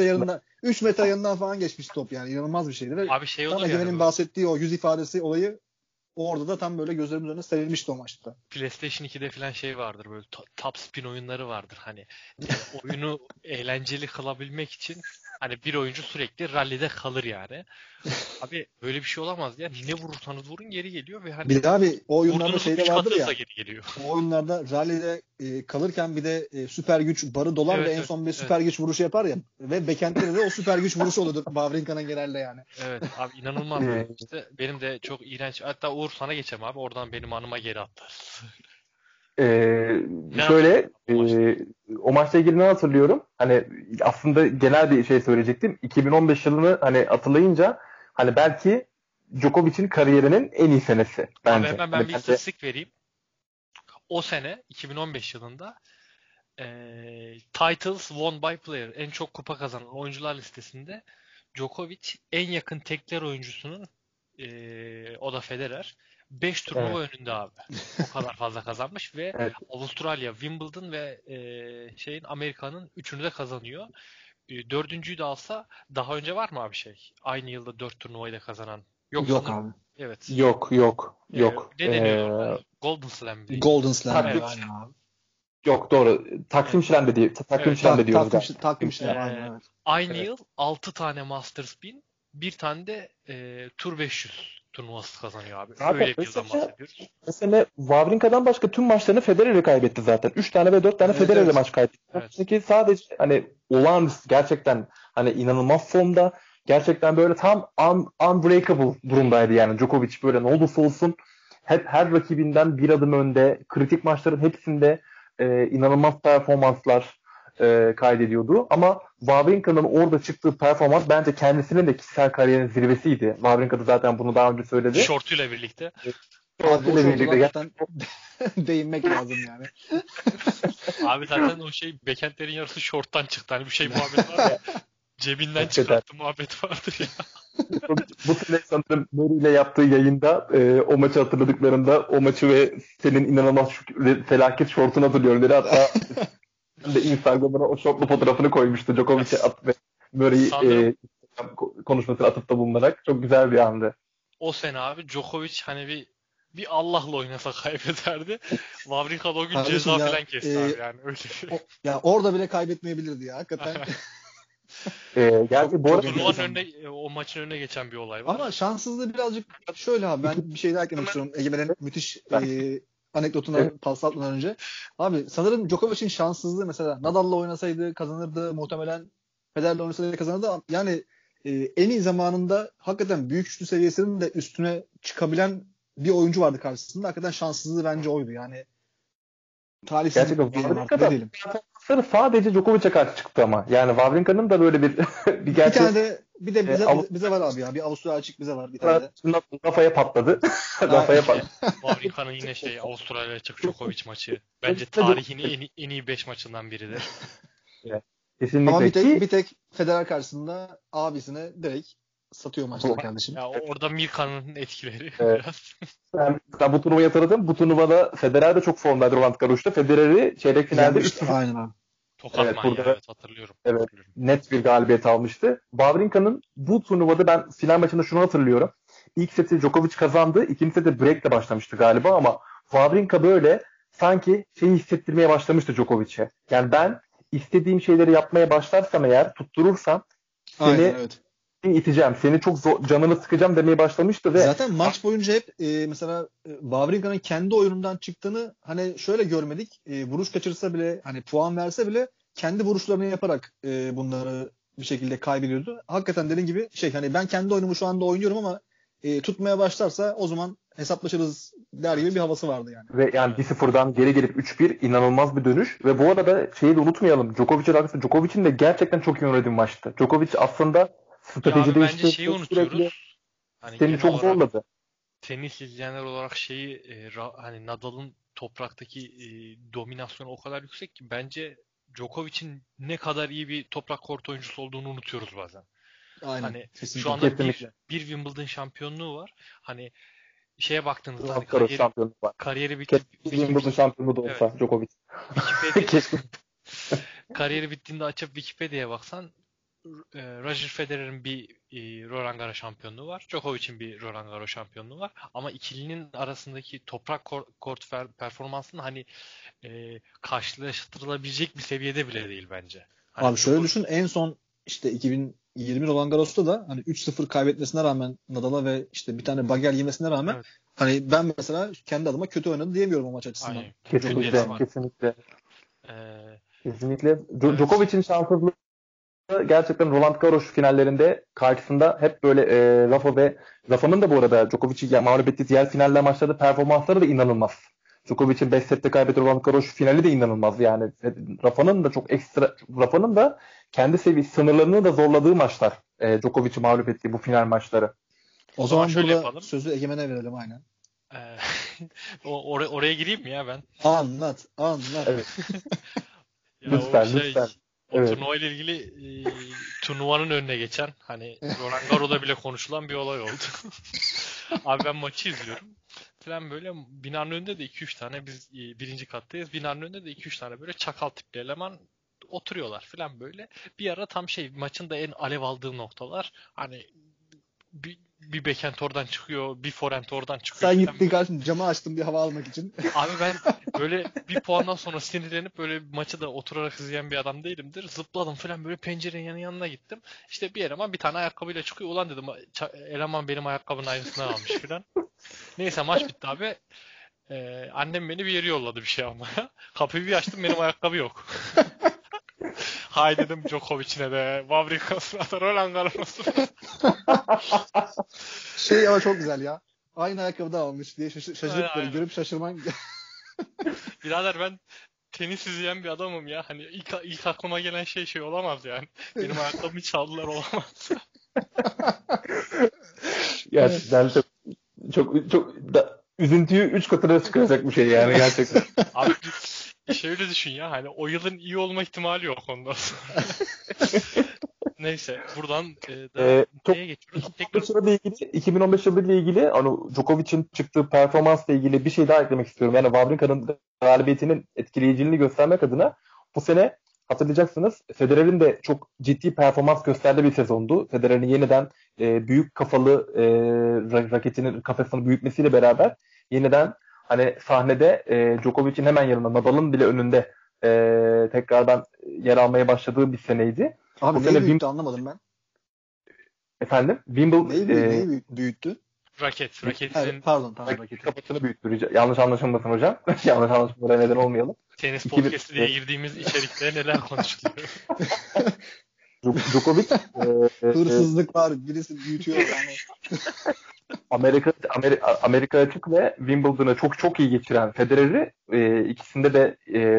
3 metre yanından falan geçmiş top yani. İnanılmaz bir şeydi. Abi şey olur tam Egemen'in bahsettiği o yüz ifadesi olayı orada da tam böyle gözlerimin önüne serilmişti o maçta. PlayStation 2'de falan şey vardır böyle top spin oyunları vardır hani oyunu eğlenceli kılabilmek için hani bir oyuncu sürekli rallide kalır yani. Abi böyle bir şey olamaz ya. Ne vurursanız vurun geri geliyor ve hani bir de abi o oyunlarda şeyde vardır ya. Geri geliyor. O oyunlarda rallide kalırken bir de süper güç barı dolar ve en son bir süper güç vuruşu yapar ya ve backhand'de de o süper güç vuruşu oluyor Wawrinka'nın genelde yani. Evet abi inanılmaz işte benim de çok iğrenç. Hatta Uğur sana geçelim abi. Oradan benim anıma geri atlar. O maçla ilgili ne hatırlıyorum? Hani aslında genel bir şey söyleyecektim. 2015 yılını hani hatırlayınca hani belki Djokovic'in kariyerinin en iyi senesi bence. Abi hemen ben bir istatistik vereyim. O sene 2015 yılında titles won by player en çok kupa kazanan oyuncular listesinde Djokovic en yakın tekler oyuncusunun o da Federer 5 turnuva önünde abi. O kadar fazla kazanmış ve Avustralya, Wimbledon ve Amerika'nın 3'ünü de kazanıyor. 4.'yü de alsa daha önce var mı abi şey? Aynı yılda 4 turnuvayı da kazanan. Yok abi. Evet. Yok. Ne deniyor? Golden Slam. Golden Slam. Evet. Aynen abi. Yok doğru. Takvim şilemde diye takvim şilemde diyoruz galiba. Takvim işlemi aynen, evet. Aynı Evet. yıl 6 tane Masters 1000, bir tane de Tur 500 turnuvası kazanıyor abi. Zaten Öyle bir yıldan Beşiktaş'a bahsediyoruz. bu sene Wawrinka'dan başka tüm maçlarını Federer'e kaybetti zaten. 3 tane ve 4 tane Evet, Federer'le evet. maç kaybetti. Evet. Çünkü sadece hani olağanüstü gerçekten hani inanılmaz formda, gerçekten böyle tam unbreakable durumdaydı yani. Djokovic böyle ne olursa olsun hep her rakibinden bir adım önde. Kritik maçların hepsinde inanılmaz performanslar kaydediyordu. Ama Wawrinka'nın orada çıktığı performans bence kendisinin de kişisel kariyerinin zirvesiydi. Wawrinka da zaten bunu daha önce söyledi. Şortuyla birlikte. Abi o şortu hakikaten değinmek lazım yani. Abi zaten o şey backendlerin yarısı şorttan çıktı. Hani bir şey muhabbet var ya. Cebinden çıkarttı muhabbet vardır ya. Bu sene sanırım Mary ile yaptığı yayında o maçı hatırladıklarında o maçı ve senin inanılmaz felaket şortunu hatırlıyorum dedi. Hatta ben de Instagram'ına o şortlu fotoğrafını koymuştu. Djokovic'e at ve Murray konuşmasını atıp da bulunarak. Çok güzel bir andı. O sene abi Djokovic hani bir Allah'la oynasa kaybederdi. Wawrinka o gün Kardeşim ceza ya, falan kesti abi yani öyle bir. Ya orada bile kaybetmeyebilirdi ya hakikaten. Gerçi bu arada Turnuvanın önüne, o maçın önüne geçen bir olay var. Ama şanssızlığı birazcık şöyle abi, ben bir şey daha eklemek istiyorum. Egemen'in müthiş anekdotuna pas atmadan önce. Abi sanırım Djokovic'in şanssızlığı mesela Nadal'la oynasaydı kazanırdı, muhtemelen Federer'le oynasaydı kazanırdı. Yani en iyi zamanında hakikaten büyük üçlü seviyesinin de üstüne çıkabilen bir oyuncu vardı karşısında. Hakikaten şanssızlığı bence oydu. Yani talihsizlik diyelim artık, ne diyelim. Performansları sadece Djokovic'e karşı çıktı ama. Yani Wawrinka'nın da böyle bir Bir tane de bize var abi ya. Bir Avusturya açık bize var bir tane de. Rafa'ya patladı. Rafa'ya patladı. Wawrinka'nın yine Avustralya açık Djokovic maçı. Bence tarihin en iyi 5 maçından biridir. Kesinlikle. Ama bir tek Federer karşısında abisine direkt satıyor maçları kardeşim. Ya orada Mirka'nın etkileri biraz. Ben bu turnuvayı hatırladım. Bu turnuvada Federer de çok formdaydı Roland Garros'ta. Federer'i çeyrek finalde 3-0. Aynen abi. Tokat manyağı, evet hatırlıyorum. Evet, net bir galibiyet almıştı. Wawrinka'nın bu turnuvada ben final maçında şunu hatırlıyorum. İlk seti Djokovic kazandı. İkinci seti break'le başlamıştı galiba ama Wawrinka böyle sanki şeyi hissettirmeye başlamıştı Djokovic'e. Yani ben istediğim şeyleri yapmaya başlarsam eğer, tutturursam seni iteceğim. Seni çok zor, canını sıkacağım demeye başlamıştı ve zaten maç boyunca hep mesela Wawrinka'nın kendi oyunundan çıktığını hani şöyle görmedik. Vuruş kaçırsa bile, hani puan verse bile kendi vuruşlarını yaparak bunları bir şekilde kaybediyordu. Hakikaten dediğin gibi hani ben kendi oyunumu şu anda oynuyorum ama tutmaya başlarsa o zaman hesaplaşırız der gibi bir havası vardı yani. Ve yani 1-0'dan geri gelip 3-1 inanılmaz bir dönüş. Ve bu arada şeyi de unutmayalım. Djokovic'in de gerçekten çok iyi oynadığı maçtı. Djokovic aslında strateji değiştirdi. Bence şeyi unutuyoruz. Hani seni çok zorladı. Tenis izleyenler olarak hani Nadal'ın topraktaki dominasyonu o kadar yüksek ki bence Djokovic'in ne kadar iyi bir toprak kort oyuncusu olduğunu unutuyoruz bazen. Aynen. Hani Kesinlikle. şu anda bir Wimbledon şampiyonluğu var. Hani şeye baktığınızda hani kariyeri bitti. Wimbledon şampiyonluğu da olsa Djokovic. Kariyeri bittiğinde açıp Wikipedia'ya baksan Roger Federer'in bir Roland Garros şampiyonluğu var. Djokovic'in bir Roland Garros şampiyonluğu var. Ama ikilinin arasındaki toprak kort performansının hani karşılaştırılabilecek bir seviyede bile değil bence. Hani abi şöyle düşün, en son işte 2020 Roland Garros'ta da hani 3-0 kaybetmesine rağmen Nadal'a ve işte bir tane bagel yemesine rağmen hani ben mesela kendi adıma kötü oynadı diyemiyorum o maç açısından. Aynen. Kesinlikle. Kesinlikle. Djokovic'in şanssızlığı gerçekten Roland Garros finallerinde karşısında hep böyle Rafa'nın da bu arada Djokovic'i mağlup ettiği diğer finaller maçlarda performansları da inanılmaz. Djokovic'in 5 sette kaybettiği Roland Garros finali de inanılmaz yani. Rafa'nın da kendi seviyesi sınırlarını da zorladığı maçlar. Djokovic'i mağlup ettiği bu final maçları. O zaman burada yapalım. Sözü Egemen'e verelim aynen. Oraya gireyim mi ya ben? Anlat. Evet. lütfen. O turnuva ile ilgili turnuvanın önüne geçen hani Roland Garros'da bile konuşulan bir olay oldu. Abi ben maçı izliyorum. Falan böyle binanın önünde de 2-3 tane biz birinci kattayız. Binanın önünde de 2-3 tane böyle çakal tipli eleman oturuyorlar falan böyle. Bir ara tam maçın da en alev aldığı noktalar. Hani bir backhand oradan çıkıyor, bir forehand oradan çıkıyor. Sen gittin karşım camı açtım bir hava almak için. Abi ben böyle bir puandan sonra sinirlenip böyle maçı da oturarak izleyen bir adam değilimdir. Zıpladım falan böyle pencerenin yanına gittim. İşte bir eleman bir tane ayakkabıyla çıkıyor. Ulan dedim eleman benim ayakkabının aynısını almış falan. Neyse maç bitti abi. Annem beni bir yere yolladı bir şey almaya. Kapıyı bir açtım benim ayakkabı yok. Hay dedim Djokovic'ine de, Wawrinka'sına da, Roland Garros'una. Şey ama çok güzel ya. Aynı ayakkabı da almış diye şaşırıp böyle Aynen. görüp şaşırman. Birader ben tenis izleyen bir adamım ya. Hani ilk aklıma gelen şey olamaz yani. Benim ayakkabımı çaldılar olamaz. Gerçekten çok üzüntüyü 3 katına çıkaracak bir şey yani gerçekten. Abi şöyle düşün ya, hani o yılın iyi olma ihtimali yok ondan sonra. Neyse buradan neye geçiyoruz? Tekrar 2015 yılıyla ilgili hani Djokovic'in çıktığı performansla ilgili bir şey daha eklemek istiyorum. Yani Wawrinka'nın galibiyetinin etkileyiciliğini göstermek adına bu sene hatırlayacaksınız Federer'in de çok ciddi performans gösterdiği bir sezondu. Federer'in yeniden büyük kafalı raketinin kafasını büyütmesiyle beraber yeniden hani sahnede Djokovic'in hemen yanında, Nadal'ın bile önünde tekrardan yer almaya başladığı bir seneydi. Abi neyi büyüttü anlamadım ben. Efendim? Wimbledon neyi büyüttü? Raketin pardon raketin kafasını büyüttü. Yanlış anlaşılmasın hocam. Yanlış anlaşılmalara neden olmayalım. Tenis podcast'ı diye girdiğimiz içerikte neler konuşuluyor? Djokovic hırsızlık var. Birisi büyütüyor yani. Amerika açık ve Wimbledon'ı çok iyi geçiren Federer'i ikisinde de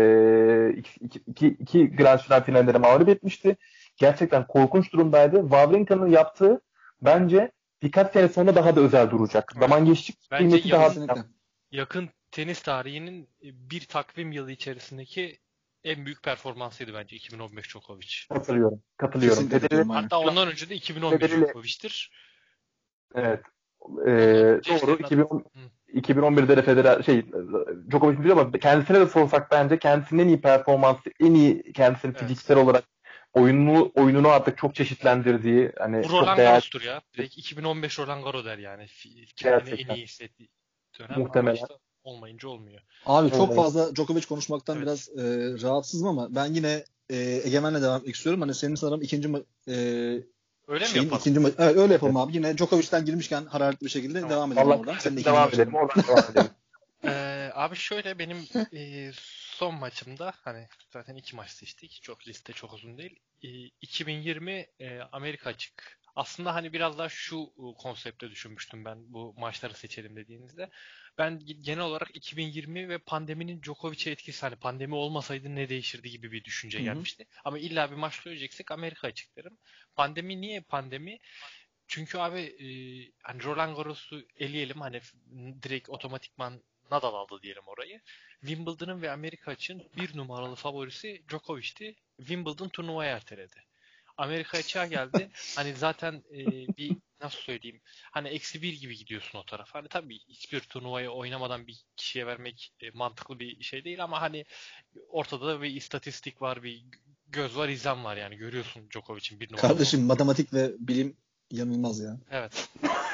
iki Grand Slam finallerine mağlup etmişti. Gerçekten korkunç durumdaydı. Wawrinka'nın yaptığı bence birkaç sene sonra daha da özel duracak. Evet. Zaman geçtikçe kıymeti daha yakın tenis tarihinin bir takvim yılı içerisindeki en büyük performansıydı bence 2015 Djokovic. Katılıyorum. Hatta ondan önce de 2011 Djokovic'tir. Evet. Doğru. 2011'de de Federer Djokovic biliyor ama kendisine de sorsak bence kendisinin en iyi performansı, en iyi kendisini fiziksel olarak oyununu artık çok çeşitlendirdiği hani bu çok Roland Garros'tur ya. Direkt 2015 Roland Garros der yani. Kendini en iyi hissettiği dönem. Muhtemelen. Ama işte olmayınca olmuyor. Abi çok fazla Djokovic konuşmaktan biraz rahatsızım ama ben yine Egemen'le devam etmek istiyorum. Hani senin sanırım öyle mi yapalım? Evet öyle yapalım abi. Yine Djokovic'ten girmişken hararetli bir şekilde devam edelim oradan. Sen de devam edelim. Abi şöyle benim son maçımda hani zaten 2 maç seçtik. Çok liste çok uzun değil. 2020 Amerika açık. Aslında hani biraz daha şu konsepte düşünmüştüm ben bu maçları seçelim dediğinizde. Ben genel olarak 2020 ve pandeminin Djokovic'e etkisi, hani pandemi olmasaydı ne değişirdi gibi bir düşünce gelmişti. Ama illa bir maç söyleyeceksek Amerika açık derim. Pandemi niye pandemi? Çünkü abi hani Roland Garros'u eleyelim, hani direkt otomatikman Nadal aldı diyelim orayı. Wimbledon'ın ve Amerika için bir numaralı favorisi Djokovic'ti. Wimbledon turnuvayı erteledi. Amerika açığa geldi. Hani zaten bir nasıl söyleyeyim, hani -1 gibi gidiyorsun o tarafa. Hani tabii hiçbir turnuvayı oynamadan bir kişiye vermek mantıklı bir şey değil ama hani ortada da bir istatistik var, bir göz var, izlem var yani, görüyorsun Djokovic'in bir numaralı. Kardeşim matematik ve bilim yanılmaz ya. Evet.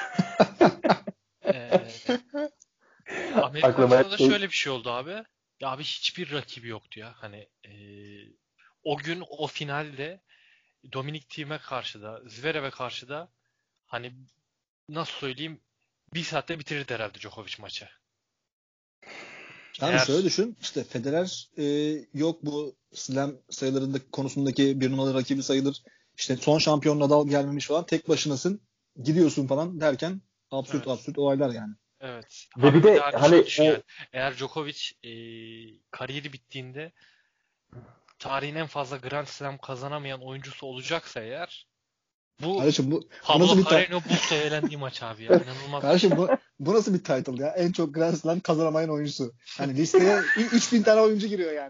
Amerika'da da şöyle bir şey oldu abi. Ya abi hiçbir rakibi yoktu ya. Hani o gün o finalde Dominic Thiem'e karşı da Zverev'e karşı da hani nasıl söyleyeyim, bir saatte bitirirdi herhalde Djokovic maçı. Yani şöyle düşün, işte Federer yok bu slam sayılarındaki konusundaki bir numaralı rakibi sayılır. İşte son şampiyon Nadal gelmemiş falan, tek başınasın gidiyorsun falan derken absürt olaylar yani. Evet. Ve bir de hani yani, eğer Djokovic kariyeri bittiğinde tarihin en fazla Grand Slam kazanamayan oyuncusu olacaksa eğer, bu Pablo Carreño Busta'ya elendiği maç abi ya. İnanılmaz. Kardeşim bu nasıl bir title ya? En çok Grand Slam kazanamayan oyuncusu. Hani listeye 3000 tane oyuncu giriyor yani.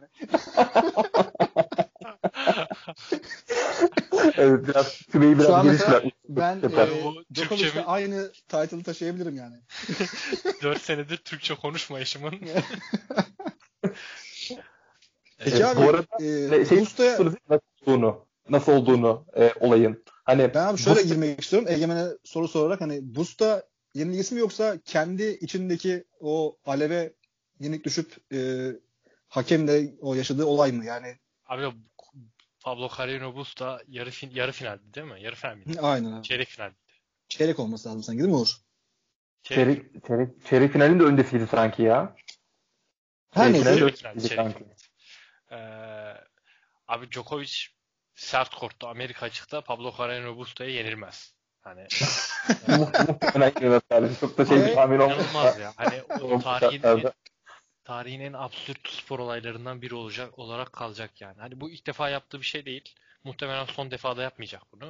Evet, biraz süreyi biraz geniş. Ben Djokovic'le aynı title'ı taşıyabilirim yani. 4 senedir Türkçe konuşmayışımın. Peki abi bu arada Busta'ya nasıl olduğunu olayın. Hani Ben abi şöyle girmek istiyorum. Egemen'e soru sorarak, hani Busta yenilgisi mi yoksa kendi içindeki o aleve yenik düşüp hakemle o yaşadığı olay mı? Yani Abi Pablo Carreño Busta yarı finaldi değil mi? Yarı final miydi? aynen abi. Çeyrek final. Çeyrek olması lazım sanki, değil mi Uğur? çeyrek finalin de öncesiydi sanki ya. Her Çeyrek finalin de neyse. öncesiydi sanki. Abi Djokovic sert kortta Amerika açıkta Pablo Carreño Busta'ya yenilmez. Hani Muhtemelen yenilmez abi. Çok da bir tahmin olmaz. inanılmaz ya. Hani o Olmuş şartlarda. tarihin en absürt spor olaylarından biri olarak kalacak yani. Hani bu ilk defa yaptığı bir şey değil. Muhtemelen son defa da yapmayacak bunu.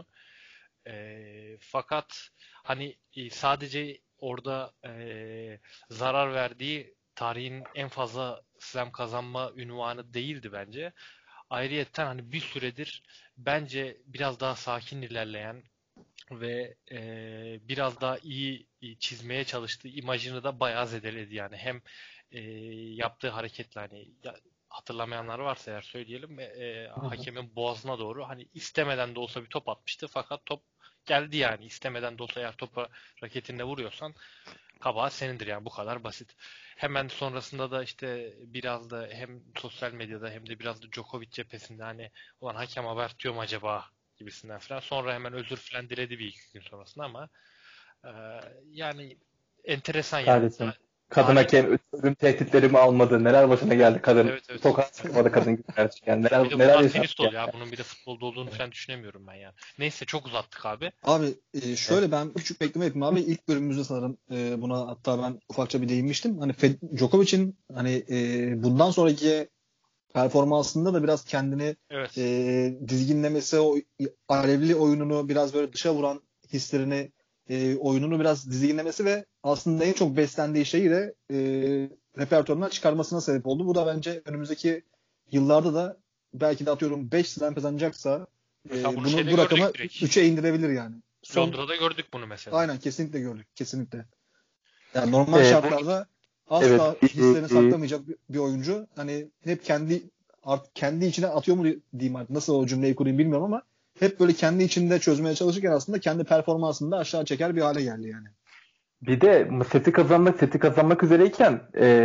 Fakat hani sadece orada zarar verdiği tarihin en fazla slam kazanma unvanı değildi bence. Ayrıyetten hani bir süredir bence biraz daha sakin ilerleyen ve biraz daha iyi çizmeye çalıştığı imajını da bayağı zedeledi yani. Hem yaptığı hareketle hani hatırlamayanlar varsa eğer söyleyelim, hakemin boğazına doğru hani istemeden de olsa bir top atmıştı fakat top geldi yani. İstemeden de olsa eğer topa raketinle vuruyorsan kabahat senindir yani, bu kadar basit. Hemen sonrasında da işte biraz da hem sosyal medyada hem de biraz da Djokovic cephesinde hani ulan hakem abartıyor mu acaba gibisinden falan. Sonra hemen özür falan diledi bir iki gün sonrasında ama e, yani enteresan yani. Kardeşim. Kadın Tarih, hakem ölüm tehditlerimi almadı. Neler başına geldi kadın. evet evet. Sokağa çıkmadı kadın giderken. Bir de Neler bunlar yaşandı teniste yani. oluyor ya. Bunun bir de futbolda olduğunu falan düşünemiyorum ben yani. Neyse çok uzattık abi. Abi şöyle ben küçük bekleme yapayım abi. İlk bölümümüzde sanırım buna hatta ben ufakça bir değinmiştim. Hani Djokovic'in hani bundan sonraki performansında da biraz kendini Evet. dizginlemesi, o alevli oyununu biraz böyle dışa vuran hislerini, oyununu biraz dizginlemesi ve aslında en çok beslendiği şeyi de repertuarından çıkarmasına sebep oldu. Bu da bence önümüzdeki yıllarda da belki de atıyorum 5 slam kazanacaksa Mesela bunu bunu şeyde bu rakamı gördük direkt. 3'e indirebilir yani. Londra'da gördük bunu mesela. Aynen, kesinlikle gördük. Kesinlikle. Yani normal şartlarda Evet. asla hislerini saklamayacak bir oyuncu. Hani hep kendi içine atıyor mu diyeyim artık. Nasıl o cümleyi kurayım bilmiyorum ama hep böyle kendi içinde çözmeye çalışırken aslında kendi performansını da aşağı çeker bir hale geldi yani. Bir de seti kazanmak üzereyken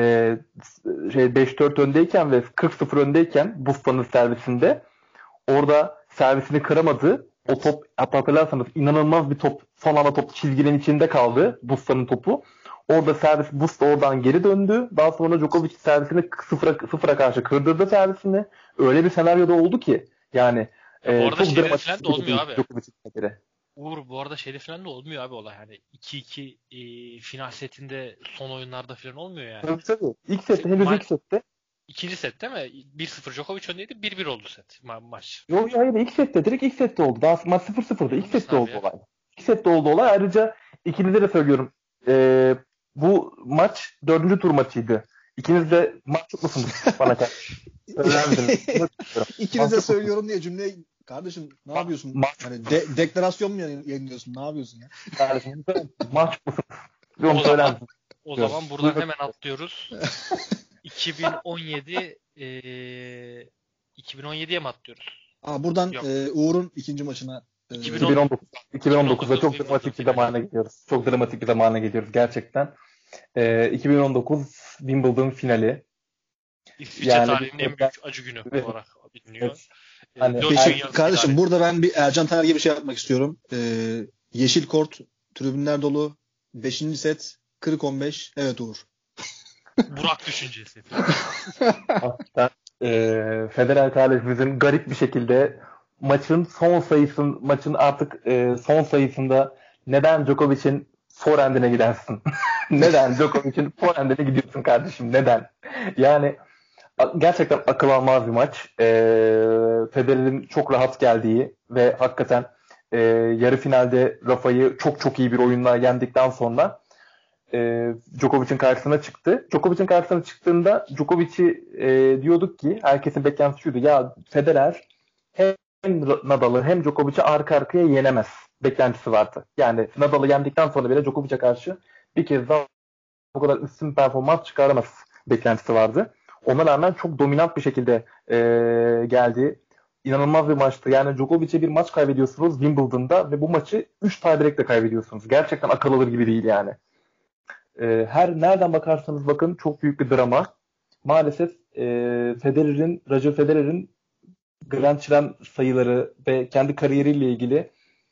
5-4 öndeyken ve 40-0 öndeyken Busta'nın servisinde orada servisini kıramadı. O top, hatta hatırlarsanız inanılmaz bir top. Son anda top çizginin içinde kaldı. Busta'nın topu. Orada Busta oradan geri döndü. Daha sonra Djokovic servisini sıfıra karşı kırdırdı servisini. Öyle bir senaryoda oldu ki yani Ya bu arada çok şeyde dramatik falan da bir olmuyor şekilde abi. Djokovic'in kaderi. Uğur, bu arada şeyde falan da olmuyor abi olay. Hani 2-2 final setinde son oyunlarda falan olmuyor yani. Tabii. İlk sette, henüz ilk sette. İkinci set değil mi? 1-0 Djokovic öndeydi. 1-1 oldu set maç. Yok hayır, ilk sette, direkt ilk sette oldu. Daha maç 0-0'da. İlk Emin misin sette abi oldu ya? olay. İlk sette oldu olay. Ayrıca ikinize de söylüyorum. Bu maç 4. tur maçıydı. İkiniz de mahcup musunuz bana karşı? Söyler misiniz? İkinize söylüyorum diye cümleyi, kardeşim ne yapıyorsun? Hani deklarasyon mu yayınlıyorsun? Ne yapıyorsun ya? Kardeşim, mahcup musunuz? O zaman buradan hemen atlıyoruz. 2017 2017'ye mi atlıyoruz? Buradan Yok. Uğur'un ikinci maçına 2019'da çok dramatik bir zamana gidiyoruz. Çok dramatik bir zamana gidiyoruz gerçekten. 2019 Wimbledon finali. İsviçre tarihinin en büyük acı günü olarak biliniyor. Hani kardeşim burada ben bir Ercan Taner gibi bir şey yapmak istiyorum. Yeşil kort, tribünler dolu, 5. set, 40-15. Evet Uğur. Burak düşüncesi. Hatta Federer kardeşimizin garip bir şekilde maçın artık son sayısında neden Djokovic'in forehand'ine gidersin? Neden Djokovic'in forehand'ine gidiyorsun kardeşim? Neden? Yani gerçekten akıl almaz bir maç. Federer'in çok rahat geldiği ve hakikaten yarı finalde Rafa'yı çok çok iyi bir oyunla yendikten sonra Djokovic'in karşısına çıktı. Djokovic'in karşısına çıktığında Djokovic'i diyorduk ki herkesin beklentisi şuydu. Ya Federer hem Nadal'ı hem Djokovic'i arka arkaya yenemez beklentisi vardı. Yani Nadal'ı yendikten sonra bile Djokovic'e karşı bir kez daha bu kadar üstün performans çıkaramaz beklentisi vardı. Ona rağmen çok dominant bir şekilde geldi. inanılmaz bir maçtı. Yani Djokovic'e bir maç kaybediyorsunuz Wimbledon'da ve bu maçı 3 tiebreak'le kaybediyorsunuz. Gerçekten akıl alır gibi değil yani. Her nereden bakarsanız bakın çok büyük bir drama. Maalesef Roger Federer'in Grand Slam sayıları ve kendi kariyeriyle ilgili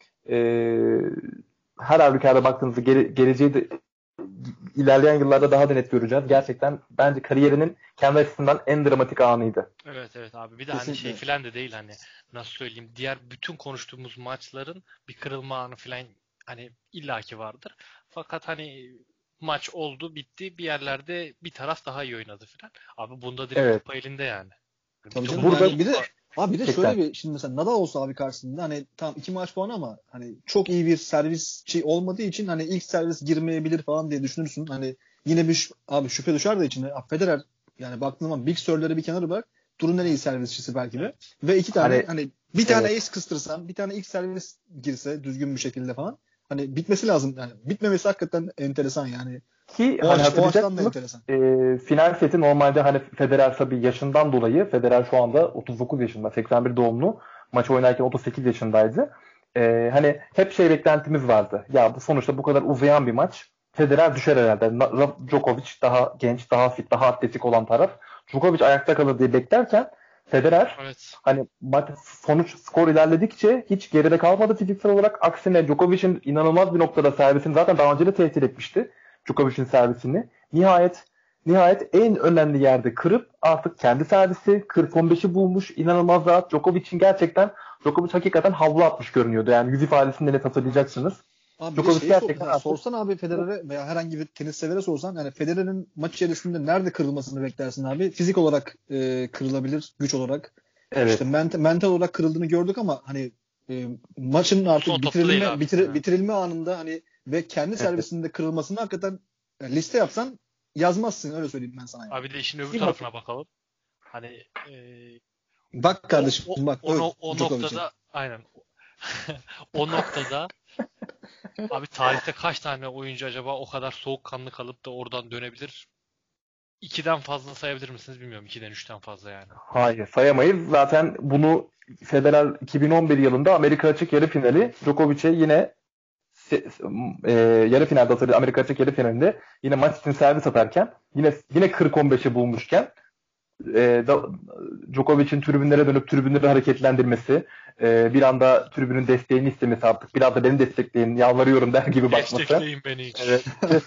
her halükarda baktığınızda geleceği de ilerleyen yıllarda daha da net göreceğiz. Gerçekten bence kariyerinin kendi açısından en dramatik anıydı. Evet abi. Bir de hani şey filan da değil, hani nasıl söyleyeyim, diğer bütün konuştuğumuz maçların bir kırılma anı filan hani illaki vardır. Fakat hani maç oldu, bitti. Bir yerlerde bir taraf daha iyi oynadı filan. Abi bunda direkt kupa elinde yani. Tabii canım. Burada yani bir de şöyle bir, şimdi mesela Nadal olsa abi karşısında hani tam 2 maç puan ama hani çok iyi bir servisçi olmadığı için hani ilk servis girmeyebilir falan diye düşünürsün. Hani yine bir abi şüphe düşer de içine. Federer yani baktığın zaman Big Sir'leri bir kenara bırak. Turun en iyi servisçisi belki de. Ve 2 tane hani bir tane ace kıstırsan, bir tane ilk servis girse düzgün bir şekilde falan. Hani bitmesi lazım yani. Bitmemesi hakikaten enteresan yani. Ki o hani açıdan da enteresan. Final seti normalde hani Federer tabii yaşından dolayı, Federer şu anda 39 yaşında, 81 doğumlu. Maçı oynarken 38 yaşındaydı. Hani hep beklentimiz vardı. Ya bu sonuçta bu kadar uzayan bir maç. Federer düşer herhalde. Djokovic daha genç, daha fit, daha atletik olan taraf. Djokovic ayakta kalır diye beklerken Federer hani skor ilerledikçe hiç geride kalmadı fiziksel olarak. Aksine Djokovic'in inanılmaz bir noktada servisini zaten daha önce de tehdit etmişti. Djokovic'in servisini. Nihayet en önemli yerde kırıp artık kendi servisi 40-15'i bulmuş. İnanılmaz rahat. Djokovic hakikaten havlu atmış görünüyordu. Yani yüz ifadesinde net hatırlayacaksınız. Abi Djokovic gerçekten sorsan abi Federer'e veya herhangi bir tenis severe sorsan yani Federer'in maç içerisinde nerede kırılmasını beklersin abi? Fizik olarak kırılabilir, güç olarak. Evet. İşte mental olarak kırıldığını gördük ama hani maçın artık bitirilme anında hani ve kendi servisinde kırılmasını hakikaten liste yapsan yazmazsın, öyle söyleyeyim ben sana. Yani. Abi de işin öbür tarafına bakalım. Hani bak kardeşim bak o noktada aynen o noktada abi tarihte kaç tane oyuncu acaba o kadar soğukkanlı kalıp da oradan dönebilir? 2'den fazla sayabilir misiniz bilmiyorum. 2'den 3'ten fazla yani. Hayır, sayamayız. Zaten bunu Federer 2011 yılında Amerika Açık yarı finali Djokovic'e yine yarı finalde hatırlıyorum, Amerika Açık yarı finalinde yine maç için servis atarken yine 40-15'i bulmuşken Djokovic'in tribünlere dönüp tribünleri hareketlendirmesi, bir anda tribünün desteğini istemesi, artık biraz da beni destekleyin, yalvarıyorum der gibi bakması. Destekleyin beni. Evet.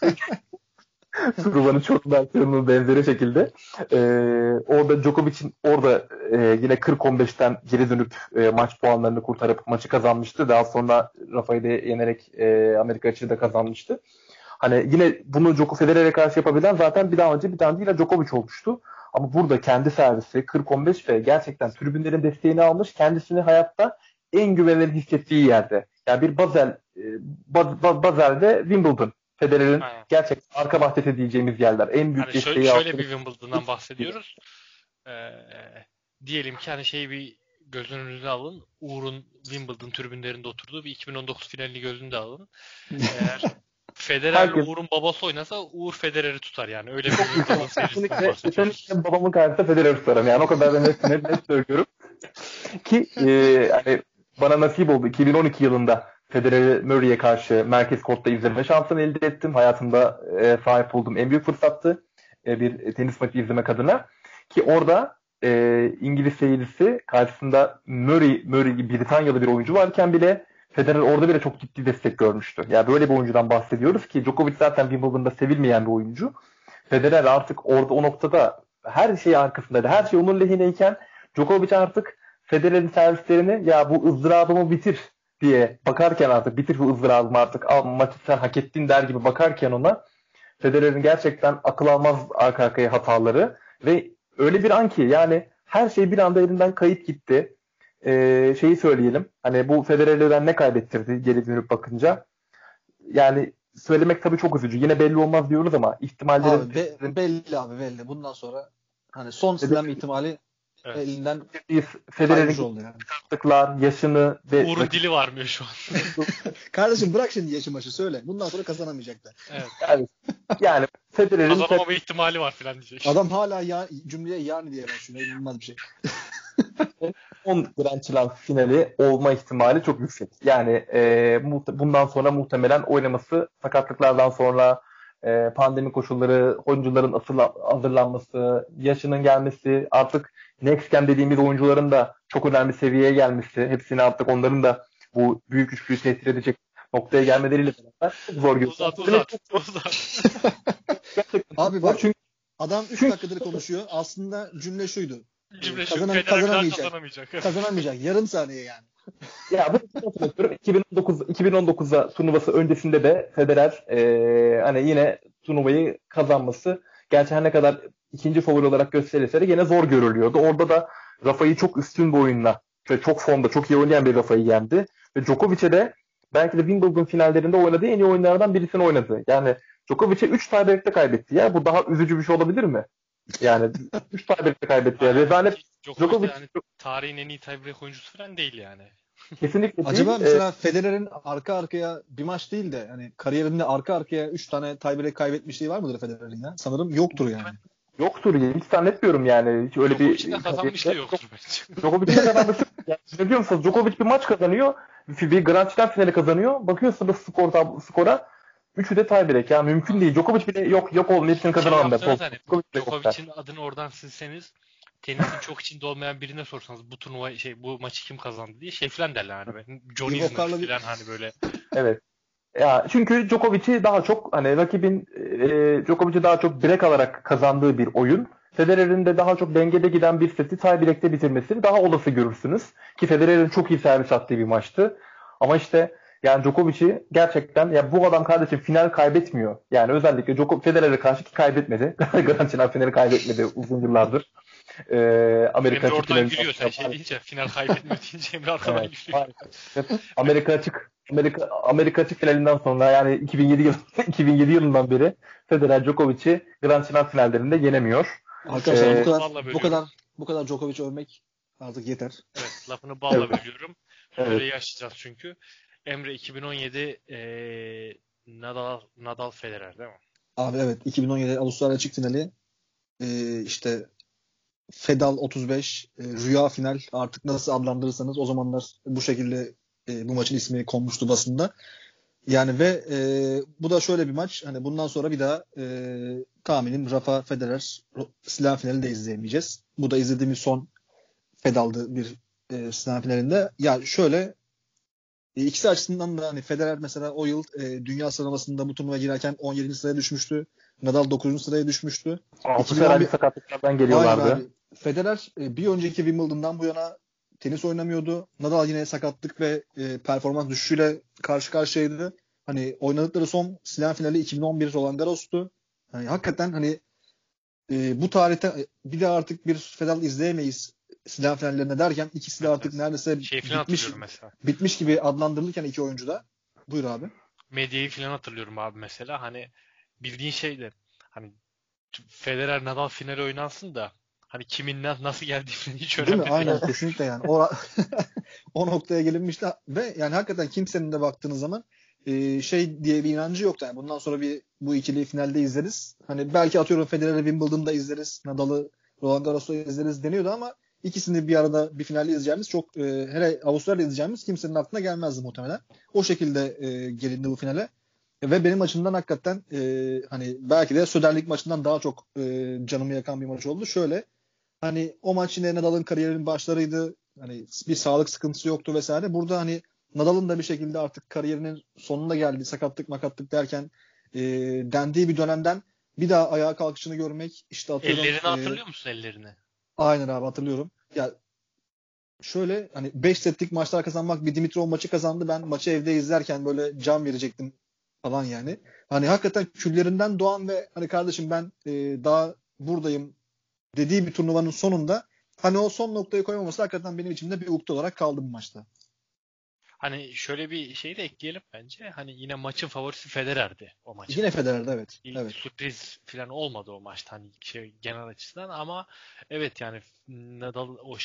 Truvan'ın çok versiyonunun benzeri şekilde. Orada Djokovic'in yine 40-15'ten geri dönüp maç puanlarını kurtarıp maçı kazanmıştı. Daha sonra Rafael'i yenerek Amerika Açık'ı da kazanmıştı. Hani yine bunu Federer'e karşı yapabilen zaten bir tane yine Djokovic olmuştu. Ama burada kendi servisi 40-15 ve gerçekten tribünlerin desteğini almış, kendisini hayatta en güvenilir hissettiği yerde. Yani bir Basel'de Wimbledon. Federer'in gerçekten arka bahçesi diyeceğimiz yerler. En büyük desteği şöyle bir Wimbledon'dan bahsediyoruz. Diyelim ki hani bir göz önünüze alın. Uğur'un Wimbledon tribünlerinde oturduğu bir 2019 finalini gözünde alın. Eğer Federer'le Uğur'un babası oynasa Uğur Federer'i tutar yani. Öyle bir Wimbledon serisinden bahsediyoruz. Kesinlikle babamın karşısında Federer'i tutarım. Yani o kadar da net söylüyorum. Ki hani bana nasip oldu. 2012 yılında Federer'i Murray'e karşı merkez kortta izleme şansını elde ettim. Hayatımda sahip olduğum en büyük fırsattı. Bir tenis maçı izlemek adına. Ki orada İngiliz seyircisi karşısında Murray Britanyalı bir oyuncu varken bile Federer orada bile çok ciddi destek görmüştü. Yani böyle bir oyuncudan bahsediyoruz ki Djokovic zaten Wimbledon'da sevilmeyen bir oyuncu. Federer artık orada o noktada her şey arkasındaydı. Her şey onun lehineyken Djokovic artık Federer'in servislerini ya bu ızdırabımı bitir diye bakarken artık bitir bu ızdırabımı artık al maçı sen hak ettin der gibi bakarken ona Federer'in gerçekten akıl almaz arka arkaya hataları ve öyle bir an ki yani her şey bir anda elinden kayıp gitti. Şeyi söyleyelim. Hani bu Federer'den ne kaybettirdi geri dönüp bakınca? Yani söylemek tabii çok üzücü. Yine belli olmaz diyoruz ama ihtimallerin... Abi belli. Bundan sonra hani son slam ihtimali elinden Federer'in oldu yani. Yaşını ve... Uğur'un dili varmıyor şu an. Kardeşim bırak şimdi yaşı maçı söyle. Bundan sonra kazanamayacaklar. Evet. Yani Federer'in... Kazanamama ihtimali var falan diyecek. Adam hala cümleye yani diye başlıyor. İnanılmaz bir şey. son Grand Slam finali olma ihtimali çok yüksek. Yani bundan sonra muhtemelen oynaması sakatlıklardan sonra pandemi koşulları, oyuncuların asıl hazırlanması, yaşının gelmesi, artık next gen dediğimiz oyuncuların da çok önemli seviyeye gelmesi, hepsini artık onların da bu büyük üçlüyü tehdit edecek noktaya gelmeleriyle beraber çok zor görüyorum. Uzat. Gerçekten Abi zor bak, çünkü adam 3 dakikadır konuşuyor. Aslında cümle şuydu. Cümle şu. Kazanamayacak. Kazanamayacak. Yarım saniye yani. ya bunu hatırlatıyorum. 2019'a turnuvası öncesinde de Federer hani yine turnuvayı kazanması, gerçi her ne kadar ikinci favori olarak gösterilse de yine zor görülüyordu. Orada da Rafa'yı çok üstün bir oyunla ve çok formda, çok iyi oynayan bir Rafa'yı yendi. Ve Djokovic'e de belki de Wimbledon finallerinde oynadığı en iyi oyunlardan birisini oynadı. Yani Djokovic'e 3 tiebreak'te kaybetti ya. Bu daha üzücü bir şey olabilir mi? Yani 3 tiebreak'te kaybetti ya. Rezalet. Djokovic yani tarihin en iyi tiebreak oyuncusu falan değil yani. Kesinlikle Acaba değil. mesela Federer'in arka arkaya bir maç değil de hani kariyerinde arka arkaya 3 tane tiebreak kaybetmişliği var mıdır Federer'in ya? Sanırım yoktur yani. Yoktur ya. Hiç zannetmiyorum yani. Hiç öyle Djokovic'in de bir kazanmışlığı yoktur bence. Djokovic'in de kazanmışlığı. Yani biliyor musunuz? Djokovic bir maç kazanıyor. Bir Grand Slam finali kazanıyor. Bakıyorsunuz skora. Üçü de tiebreak. Ya mümkün değil. Djokovic bile yok oğlum hepsini kazanamam der. Hani Djokovic'in adını oradan silseniz, tenisin çok içinde olmayan birine sorsanız bu turnuva bu maçı kim kazandı diye falan derler hani. John Isner falan hani böyle. Evet. Ya çünkü Djokovic'i daha çok hani rakibin Djokovic'i daha çok break alarak kazandığı bir oyun. Federer'in de daha çok dengede giden bir seti tiebreak'te bitirmesini daha olası görürsünüz. Ki Federer'in çok iyi servis attığı bir maçtı. Ama işte yani Djokovic'i gerçekten ya bu adam kardeşim final kaybetmiyor. Yani özellikle Federer'e karşı ki kaybetmedi. Grand Slam finali kaybetmedi uzun yıllardır. Emre oradan gülüyor sen deyince, final kaybetmiyor deyince Emre arkadan gülüyor. Amerika açık finalinden sonra yani 2007 yılından beri Federer Djokovic'i Grand Slam finallerinde yenemiyor. Arkadaşlar bu kadar Djokovic övmek artık yeter. Evet, lafını balla bölüyorum. Evet. Böyle yaşayacağız çünkü. Emre 2017 Nadal Federer değil mi? Abi evet, 2017 Avustralya açık finali, işte Fedal 35, rüya final, artık nasıl adlandırırsanız o zamanlar bu şekilde bu maçın ismi konmuştu basında. Yani ve bu da şöyle bir maç. Hani bundan sonra bir daha tahminim Rafa Federer Slam finali de izleyemeyeceğiz. Bu da izlediğimiz son Fedal'dı bir Slam finalinde. Ya şöyle, ikisi açısından da hani Federer mesela o yıl dünya sıralamasında bu turnuvaya girerken 17. sıraya düşmüştü. Nadal 9. sıraya düşmüştü. 2011 sakatlıklardan geliyorlardı. Federer bir önceki Wimbledon'dan bu yana tenis oynamıyordu. Nadal yine sakatlık ve performans düşüşüyle karşı karşıyaydı. Hani oynadıkları son Slam finali 2011 Roland Garros'tu. Yani hakikaten hani bu tarihte bir de artık bir Federer izleyemeyiz Slam finallerine derken ikisi de artık neredeyse bitmiş gibi adlandırılırken iki oyuncu da. Buyur abi. Medyayı falan hatırlıyorum abi mesela. Hani bildiğin şeydi. Hani Federer Nadal finali oynansın da hani kimin nasıl geldiği falan hiç önemli değil. Aynen, kesinlikle yani. O noktaya gelinmişti ve yani hakikaten kimsenin de baktığınız zaman şey diye bir inancı yoktu. Yani bundan sonra bu ikiliyi finalde izleriz. Hani belki atıyorum Federer'i Wimbledon'da izleriz. Nadal'ı Roland Garros'ta izleriz deniyordu ama ikisini bir arada bir finalde izleyeceğimiz, çok hele Avustralya'da izleyeceğimiz kimsenin aklına gelmezdi muhtemelen. O şekilde gelindi bu finale. Ve benim açımdan hakikaten hani belki de Söderlik maçından daha çok canımı yakan bir maç oldu. Şöyle, hani o maç yine Nadal'ın kariyerinin başlarıydı. Hani bir sağlık sıkıntısı yoktu vesaire. Burada hani Nadal'ın da bir şekilde artık kariyerinin sonuna geldi. Sakatlık makatlık derken dendiği bir dönemden bir daha ayağa kalkışını görmek, işte atıyorum. Ellerini hatırlıyor musun, ellerini? Aynen abi, hatırlıyorum. Ya şöyle, hani 5 setlik maçlar kazanmak, bir Dimitrov maçı kazandı. Ben maçı evde izlerken böyle can verecektim falan yani. Hani hakikaten küllerinden doğan ve hani kardeşim ben daha buradayım dediği bir turnuvanın sonunda hani o son noktayı koymaması hakikaten benim içimde bir ukde olarak kaldı bu maçta. Hani şöyle bir şey de ekleyelim bence. Hani yine maçın favorisi Federer'di o maç. Yine Federer'di, evet. Sürpriz falan olmadı o maçta hani genel açıdan, ama evet yani Nadal o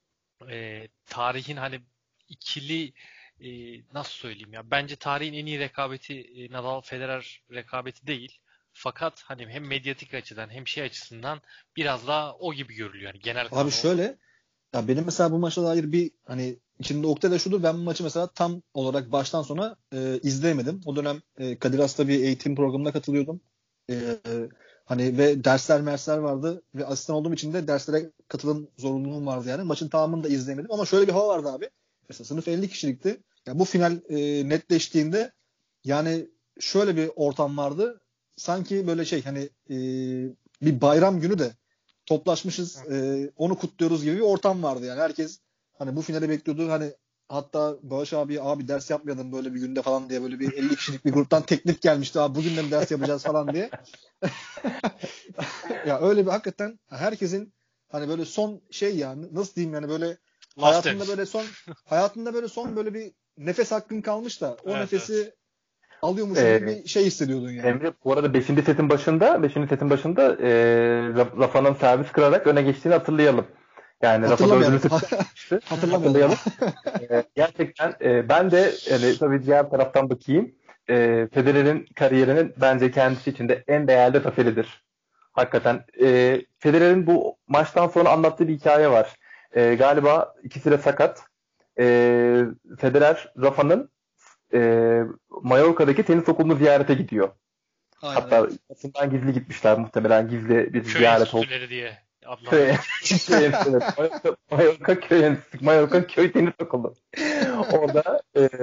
tarihin hani ikili, nasıl söyleyeyim ya, bence tarihin en iyi rekabeti Nadal Federer rekabeti değil. Fakat hani hem medyatik açıdan hem şey açısından biraz daha o gibi görülüyor yani genel kanı. Abi şöyle, Ya benim mesela bu maça dair bir hani içinde Oktay da şudur, ben bu maçı mesela tam olarak baştan sona izleyemedim. O dönem Kadir Has'ta bir eğitim programına katılıyordum. E, Hani ve dersler vardı ve asistan olduğum için de derslere katılım zorunluluğum vardı yani. Maçın tamamını da izleyemedim ama şöyle bir hava vardı abi. Mesela sınıf 50 kişilikti. Ya bu final netleştiğinde yani şöyle bir ortam vardı. Sanki böyle şey hani bir bayram günü de toplaşmışız, onu kutluyoruz gibi bir ortam vardı yani. Herkes hani bu finali bekliyordu. Hani hatta Bağış abi ders yapmayalım böyle bir günde falan diye böyle bir 50 kişilik bir gruptan teklif gelmişti. Abi bugün de mi ders yapacağız falan diye. Ya öyle bir hakikaten herkesin hani böyle son şey yani nasıl diyeyim yani böyle hayatında böyle son böyle bir nefes hakkın kalmış da o nefesi alıyormuşsun gibi bir şey hissediyordun yani. Emre bu arada 5. setin başında Rafa'nın servis kırarak öne geçtiğini hatırlayalım. Yani Rafa 4. seti hatırlayalım. Gerçekten ben de tabii diğer taraftan bakayım. Federer'in kariyerinin bence kendisi için de en değerli zaferidir. Hakikaten. Federer'in bu maçtan sonra anlattığı bir hikaye var. Galiba ikisi de sakat. Federer Rafa'nın Mallorca'daki tenis okulunu ziyarete gidiyor. Aynen, hatta basından gizli gitmişler, muhtemelen gizli bir ziyaret oldu. Köy diye Köy Mallorca köy tenis okulu. Orada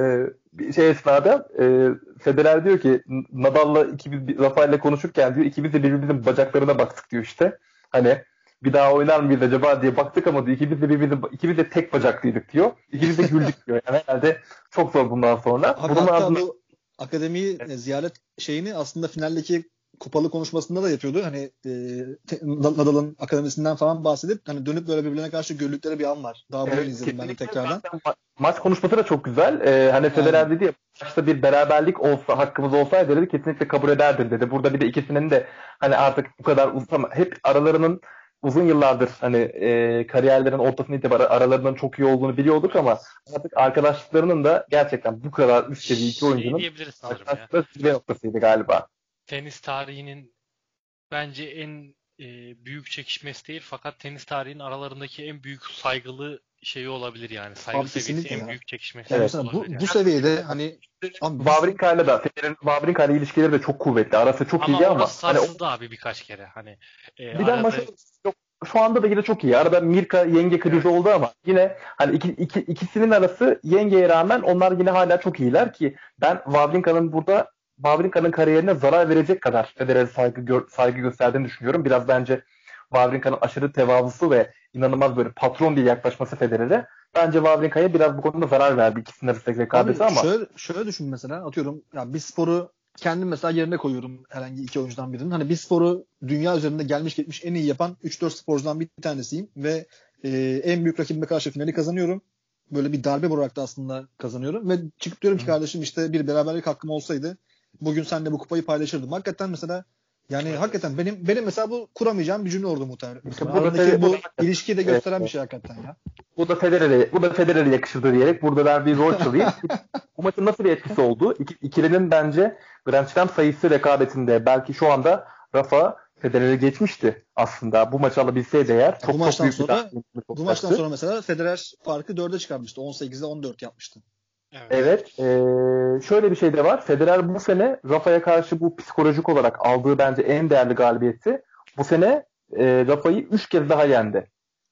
esnada Federer diyor ki Nadal'la Rafael'le konuşurken diyor ikimiz de birbirimizin bacaklarına baktık diyor işte. Hani bir daha oynar mıyız acaba diye baktık ama diyor ikimiz de tek bacaklıydık diyor. İkimiz de güldük diyor. Yani herhalde çok zor bundan sonra. Abi bunun hatta bu akademiyi ziyaret şeyini aslında finaldeki kupalı konuşmasında da yapıyordu. Hani Nadal'ın akademisinden falan bahsedip hani dönüp böyle birbirine karşı güldükleri bir an var. Daha bugün izledim ben de tekrardan. Maç konuşması da çok güzel. Hani Federer dedi ya başta bir beraberlik olsa hakkımız olsaydı dedi kesinlikle kabul ederdim dedi. Burada bir de ikisinin de hani artık bu kadar uzun hep aralarının uzun yıllardır hani kariyerlerin ortasına itibaren aralarının çok iyi olduğunu biliyorduk ama artık arkadaşlıklarının da gerçekten bu kadar üst seviye iki oyuncunun zirve noktasıydı galiba. Tenis tarihinin bence en büyük çekişmesi değil fakat tenis tarihinin aralarındaki en büyük saygılı şeyi olabilir yani. Saygı seviyesi en büyük çekişmesi olabilir. Bu seviyede hani Wawrinka'yla da Federer'in Wawrinka'yla ilişkileri de çok kuvvetli. Arası çok iyi ama sarsıldı abi birkaç kere. Hani bir de maçı yok. Şu anda da yine çok iyi. Arada Mirka yenge krizi oldu ama yine hani ikisinin arası yengeye rağmen onlar yine hala çok iyiler ki ben Wawrinka'nın kariyerine zarar verecek kadar Federer'e saygı gösterdiğini düşünüyorum. Biraz bence Wawrinka'nın aşırı tevazusu ve inanılmaz böyle patron diye yaklaşması Federer'e bence Wawrinka'ya biraz bu konuda zarar verdi ikisinin arasındaki rekabeti ama. Şöyle düşün mesela atıyorum ya bir sporu kendim mesela yerine koyuyorum herhangi iki oyuncudan birinin. Hani bir sporu dünya üzerinde gelmiş geçmiş en iyi yapan 3-4 sporcudan bir tanesiyim ve en büyük rakibime karşı finali kazanıyorum. Böyle bir darbe vurarak da aslında kazanıyorum ve çıkıp diyorum ki kardeşim işte bir beraberlik hakkım olsaydı bugün seninle bu kupayı paylaşırdım. Hakikaten mesela yani hakikaten benim mesela bu kuramayacağım bir cümle oldu muhtemelen. Aradaki bu ilişkiyi de gösteren bir şey hakikaten ya. Bu da Federer'e yakışırdı diyerek burada ben bir rol çalayım. Bu maçın nasıl bir etkisi oldu? İkilinin bence Grand Slam sayısı rekabetinde belki şu anda Rafa Federer'e geçmişti aslında. Bu maçı alabilseydi eğer bu maçtan sonra mesela Federer farkı 4'e çıkarmıştı. 18'de 14 yapmıştı. Evet. Şöyle bir şey de var. Federer bu sene Rafa'ya karşı bu psikolojik olarak aldığı bence en değerli galibiyeti. Bu sene Rafa'yı 3 kez daha yendi.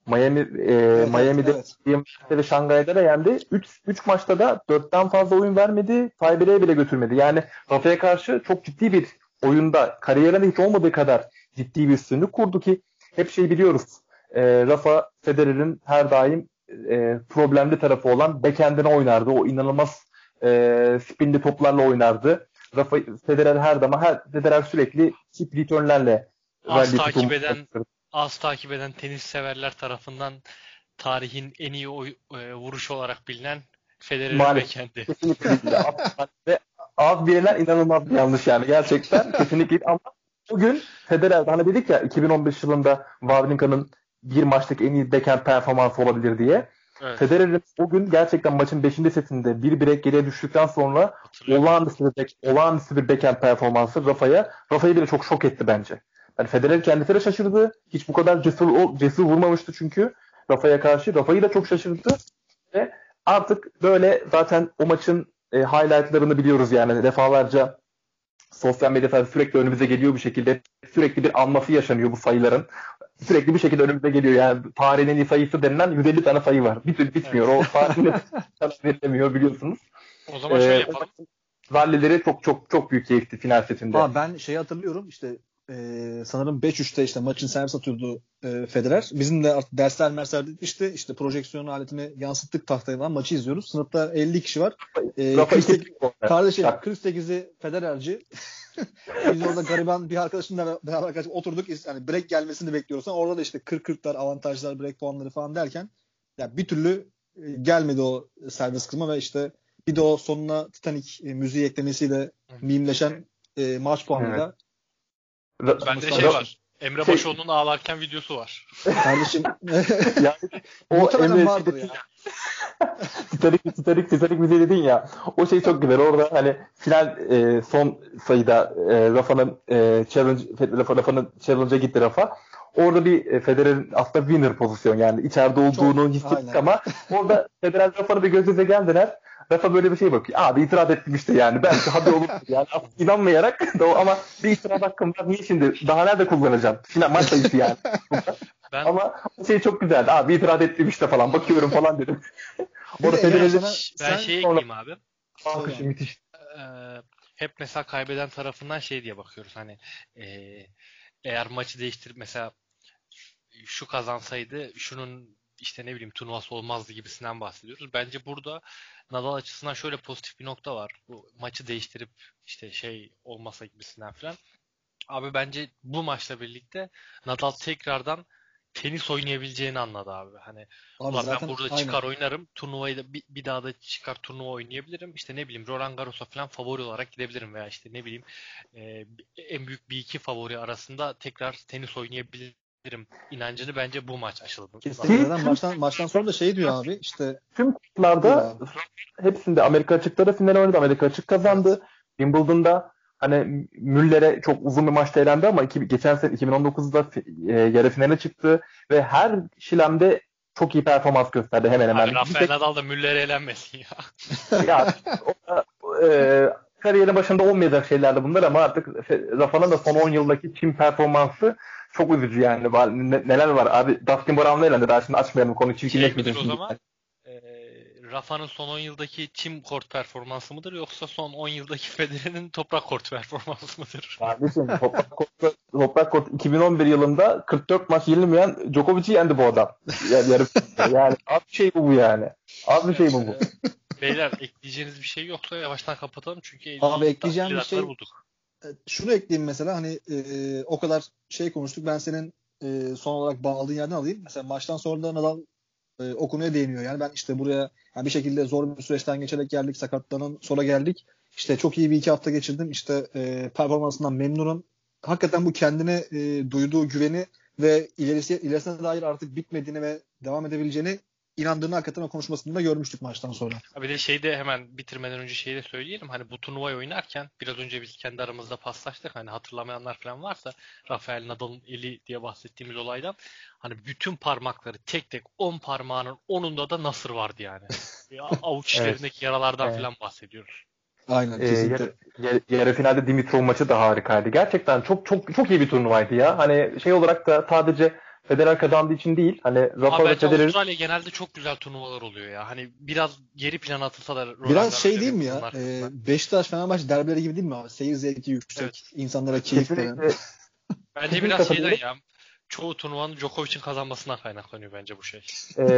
Miami'de ve Şangay'da da yendi. 3 maçta da 4'ten fazla oyun vermedi. Tiebreak'e bile götürmedi. Yani Rafa'ya karşı çok ciddi bir oyunda kariyerinde hiç olmadığı kadar ciddi bir üstünlük kurdu ki hep biliyoruz. Rafa Federer'in her daim problemli tarafı olan backhand'ine oynardı. O inanılmaz spinli toplarla oynardı. Federer sürekli chip return'lerle az takip eden tenis severler tarafından tarihin en iyi vuruşu olarak bilinen Federer'in backhand'i. Kesinlikle değil. Ve az bilinen inanılmaz bir yanlış yani. Gerçekten kesinlikle ama bugün Federer hani dedik ya 2015 yılında Wawrinka'nın bir maçtaki en iyi backhand performansı olabilir diye. Evet. Federer'in o gün gerçekten maçın 5. setinde bir break geriye düştükten sonra olağanüstü bir backhand performansı Rafa'yı bile çok şok etti bence. Yani Federer kendisi de şaşırdı. Hiç bu kadar cesur vurmamıştı çünkü. Rafa'ya karşı. Rafa'yı da çok şaşırttı ve artık böyle zaten o maçın highlightlarını biliyoruz yani defalarca sosyal medyada sürekli önümüze geliyor bir şekilde. Sürekli bir anması yaşanıyor bu sayıların. Sürekli bir şekilde önümüze geliyor. Yani tarihin en iyi sayısı denilen 150 tane sayı var. Bir türlü bitmiyor. O tarihin verilemiyor biliyorsunuz. O zaman şöyle yapalım. Rallileri çok çok çok büyük keyifti final setinde. Ben şeyi hatırlıyorum işte sanırım 5-3'te işte maçın servis atıyordu Federer. Bizim de artık dersler bitmişti. İşte projeksiyon aletini yansıttık tahtaya, maçı izliyoruz. Sınıfta 50 kişi var. 48'i Federerci. Biz orada gariban bir arkadaşımla beraber oturduk. Yani break gelmesini bekliyoruz. Orada da işte 40-40'lar avantajlar, break puanları falan derken yani bir türlü gelmedi o servis kısmı ve işte bir de o sonuna Titanic müziği eklemesiyle mimleşen maç puanıyla. Evet. Bende şey var. Emre Başoğlu'nun ağlarken videosu var. Kardeşim yani o Emre vardır ya. Titanic müziği dedin ya. O şey çok güzel. Orada hani final son sayıda Rafa'nın challenge'a gitti Rafa. Orada bir Federer'in aslında winner pozisyon yani içeride olduğunu hissettik ama orada Federer Rafa'nın bir göz göze geldiler. Rafa böyle bir şey bakıyor. Abi itiraz ettim işte yani. Belki hadi olur yani. İnanmayarak da ama bir itiraz hakkım var. Niye şimdi? Daha nerede kullanacağım? Final maç sayısı yani. Ama o şey çok güzeldi. Abi itiraz ettim işte falan. Bakıyorum falan dedim. Orada ben şey ekleyeyim abi. Müthiş. Hep mesela kaybeden tarafından şey diye bakıyoruz. Hani eğer maçı değiştirip mesela şu kazansaydı şunun işte ne bileyim turnuvası olmazdı gibisinden bahsediyoruz. Bence burada Nadal açısından şöyle pozitif bir nokta var. Bu maçı değiştirip işte şey olmasa gibisinden falan. Abi bence bu maçla birlikte Nadal tekrardan tenis oynayabileceğini anladı abi. Hani ben burada çıkar oynarım. Turnuvayı da bir daha da çıkar turnuva oynayabilirim. İşte ne bileyim Roland Garros'a falan favori olarak gidebilirim veya işte ne bileyim en büyük bir iki favori arasında tekrar tenis oynayabilirim inancını bence bu maç aşıladı. Kesinlikle. Maçtan sonra da şey diyor abi işte tüm kutularda hepsinde Amerika açıkları final oynadı. Amerika açık kazandı. Wimbledon'da hani Müller'e çok uzun bir maçta elendi ama geçen sene 2019'da yarı finale çıktı ve her şilemde çok iyi performans gösterdi hemen hemen. Abi Rafael Nadal da Müller'e elenmesin ya. Ya kariyerin başında olmayacak şeylerdi bunlar ama artık Rafa'nın da son 10 yıldaki Çin performansı çok üzücü yani. Neler var abi? Dustin Brown'la elendi. Daha şimdi açmayalım konuyu. Çirkinleşmesin o zaman. Rafa'nın son 10 yıldaki çim kort performansı mıdır yoksa son 10 yıldaki Federer'in toprak kort performansı mıdır? Kardeşim toprak kort 2011 yılında 44 maç yenilmeyen Djokovic'i yendi bu adam. Yani az bir şey bu yani. Az bir şey bu. Beyler ekleyeceğiniz bir şey yoksa yavaştan kapatalım çünkü abi ekleyeceğim bir şey bulduk. Şunu ekleyeyim mesela hani o kadar şey konuştuk, ben senin son olarak bağladığın yerden alayım. Mesela maçtan sonra da Nadal o konuya değiniyor. Yani ben işte buraya yani bir şekilde zor bir süreçten geçerek geldik. Sakatlanan sonra geldik. İşte çok iyi bir 2 hafta geçirdim. İşte performansından memnunum. Hakikaten bu kendine duyduğu güveni ve ilerisine dair artık bitmediğini ve devam edebileceğini inandığını hakikaten o konuşmasında görmüştük maçtan sonra. Bir de şeyde hemen bitirmeden önce şeyi de söyleyelim. Hani bu turnuvayı oynarken biraz önce biz kendi aramızda paslaştık. Hani hatırlamayanlar falan varsa Rafael Nadal'ın eli diye bahsettiğimiz olaydan hani bütün parmakları tek tek 10 parmağının 10'unda da nasır vardı yani. Avuç içlerindeki yaralardan falan bahsediyoruz. Aynen kesinlikle. Yarı finalde Dimitrov maçı da harikaydı. Gerçekten çok çok çok iyi bir turnuvaydı ya. Hani şey olarak da sadece Federer kazandığı için değil. Hani Rafa ve Federer... Avustralya genelde çok güzel turnuvalar oluyor ya. Hani biraz geri plana atılsa da... Biraz şey değil mi ya? Beşiktaş-Fenerbahçe derbileri gibi değil mi abi? Seyir zevki yüksek. Evet. İnsanlara keyif veren. Bence biraz şeyden ya. Çoğu turnuvanın Djokovic'in kazanmasından kaynaklanıyor bence bu şey.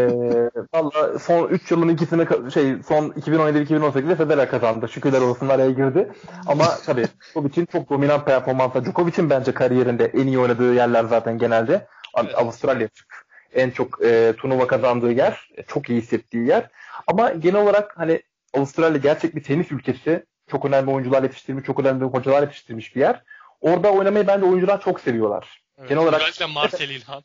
Valla son 3 yılın ikisini son 2017-2018'de Federer kazandı. Şükürler olsun araya girdi. Ama tabii Djokovic'in çok dominant performansı. Djokovic'in bence kariyerinde en iyi oynadığı yerler zaten genelde. Evet. Avustralya en çok turnuva kazandığı yer. Çok iyi hissettiği yer. Ama genel olarak hani Avustralya gerçek bir tenis ülkesi. Çok önemli oyuncular yetiştirmiş, çok önemli hocalar yetiştirmiş bir yer. Orada oynamayı bence oyuncular çok seviyorlar. Evet, genel olarak özellikle Marcel İlhan.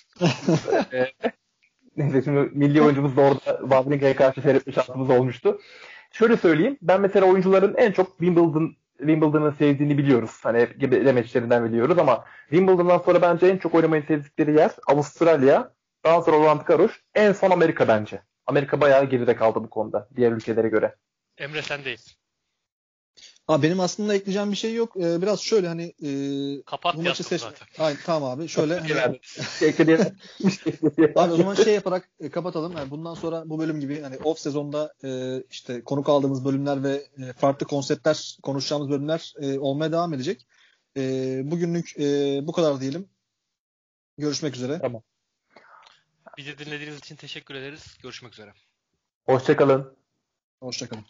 Neyse şimdi milli oyuncumuz da orada Wawrinka'ya karşı seyretme şansımız olmuştu. Şöyle söyleyeyim. Ben mesela oyuncuların en çok Wimbledon'ı sevdiğini biliyoruz. Hani hep demeçlerinden biliyoruz ama Wimbledon'dan sonra bence en çok oynamayı sevdikleri yer Avustralya. Daha sonra Roland Garros. En son Amerika bence. Amerika bayağı geride kaldı bu konuda diğer ülkelere göre. Emre sendeyiz. Benim aslında ekleyeceğim bir şey yok. Biraz şöyle hani Kapat bu maçı yazdım zaten. Aynen, tamam abi. Şöyle hani, Yani. abi o zaman şey yaparak kapatalım. Yani bundan sonra bu bölüm gibi hani off sezonda işte konuk aldığımız bölümler ve farklı konseptler konuşacağımız bölümler olmaya devam edecek. Bugünlük bu kadar diyelim. Görüşmek üzere. Tamam. Bizi dinlediğiniz için teşekkür ederiz. Görüşmek üzere. Hoşçakalın. Hoşça kalın.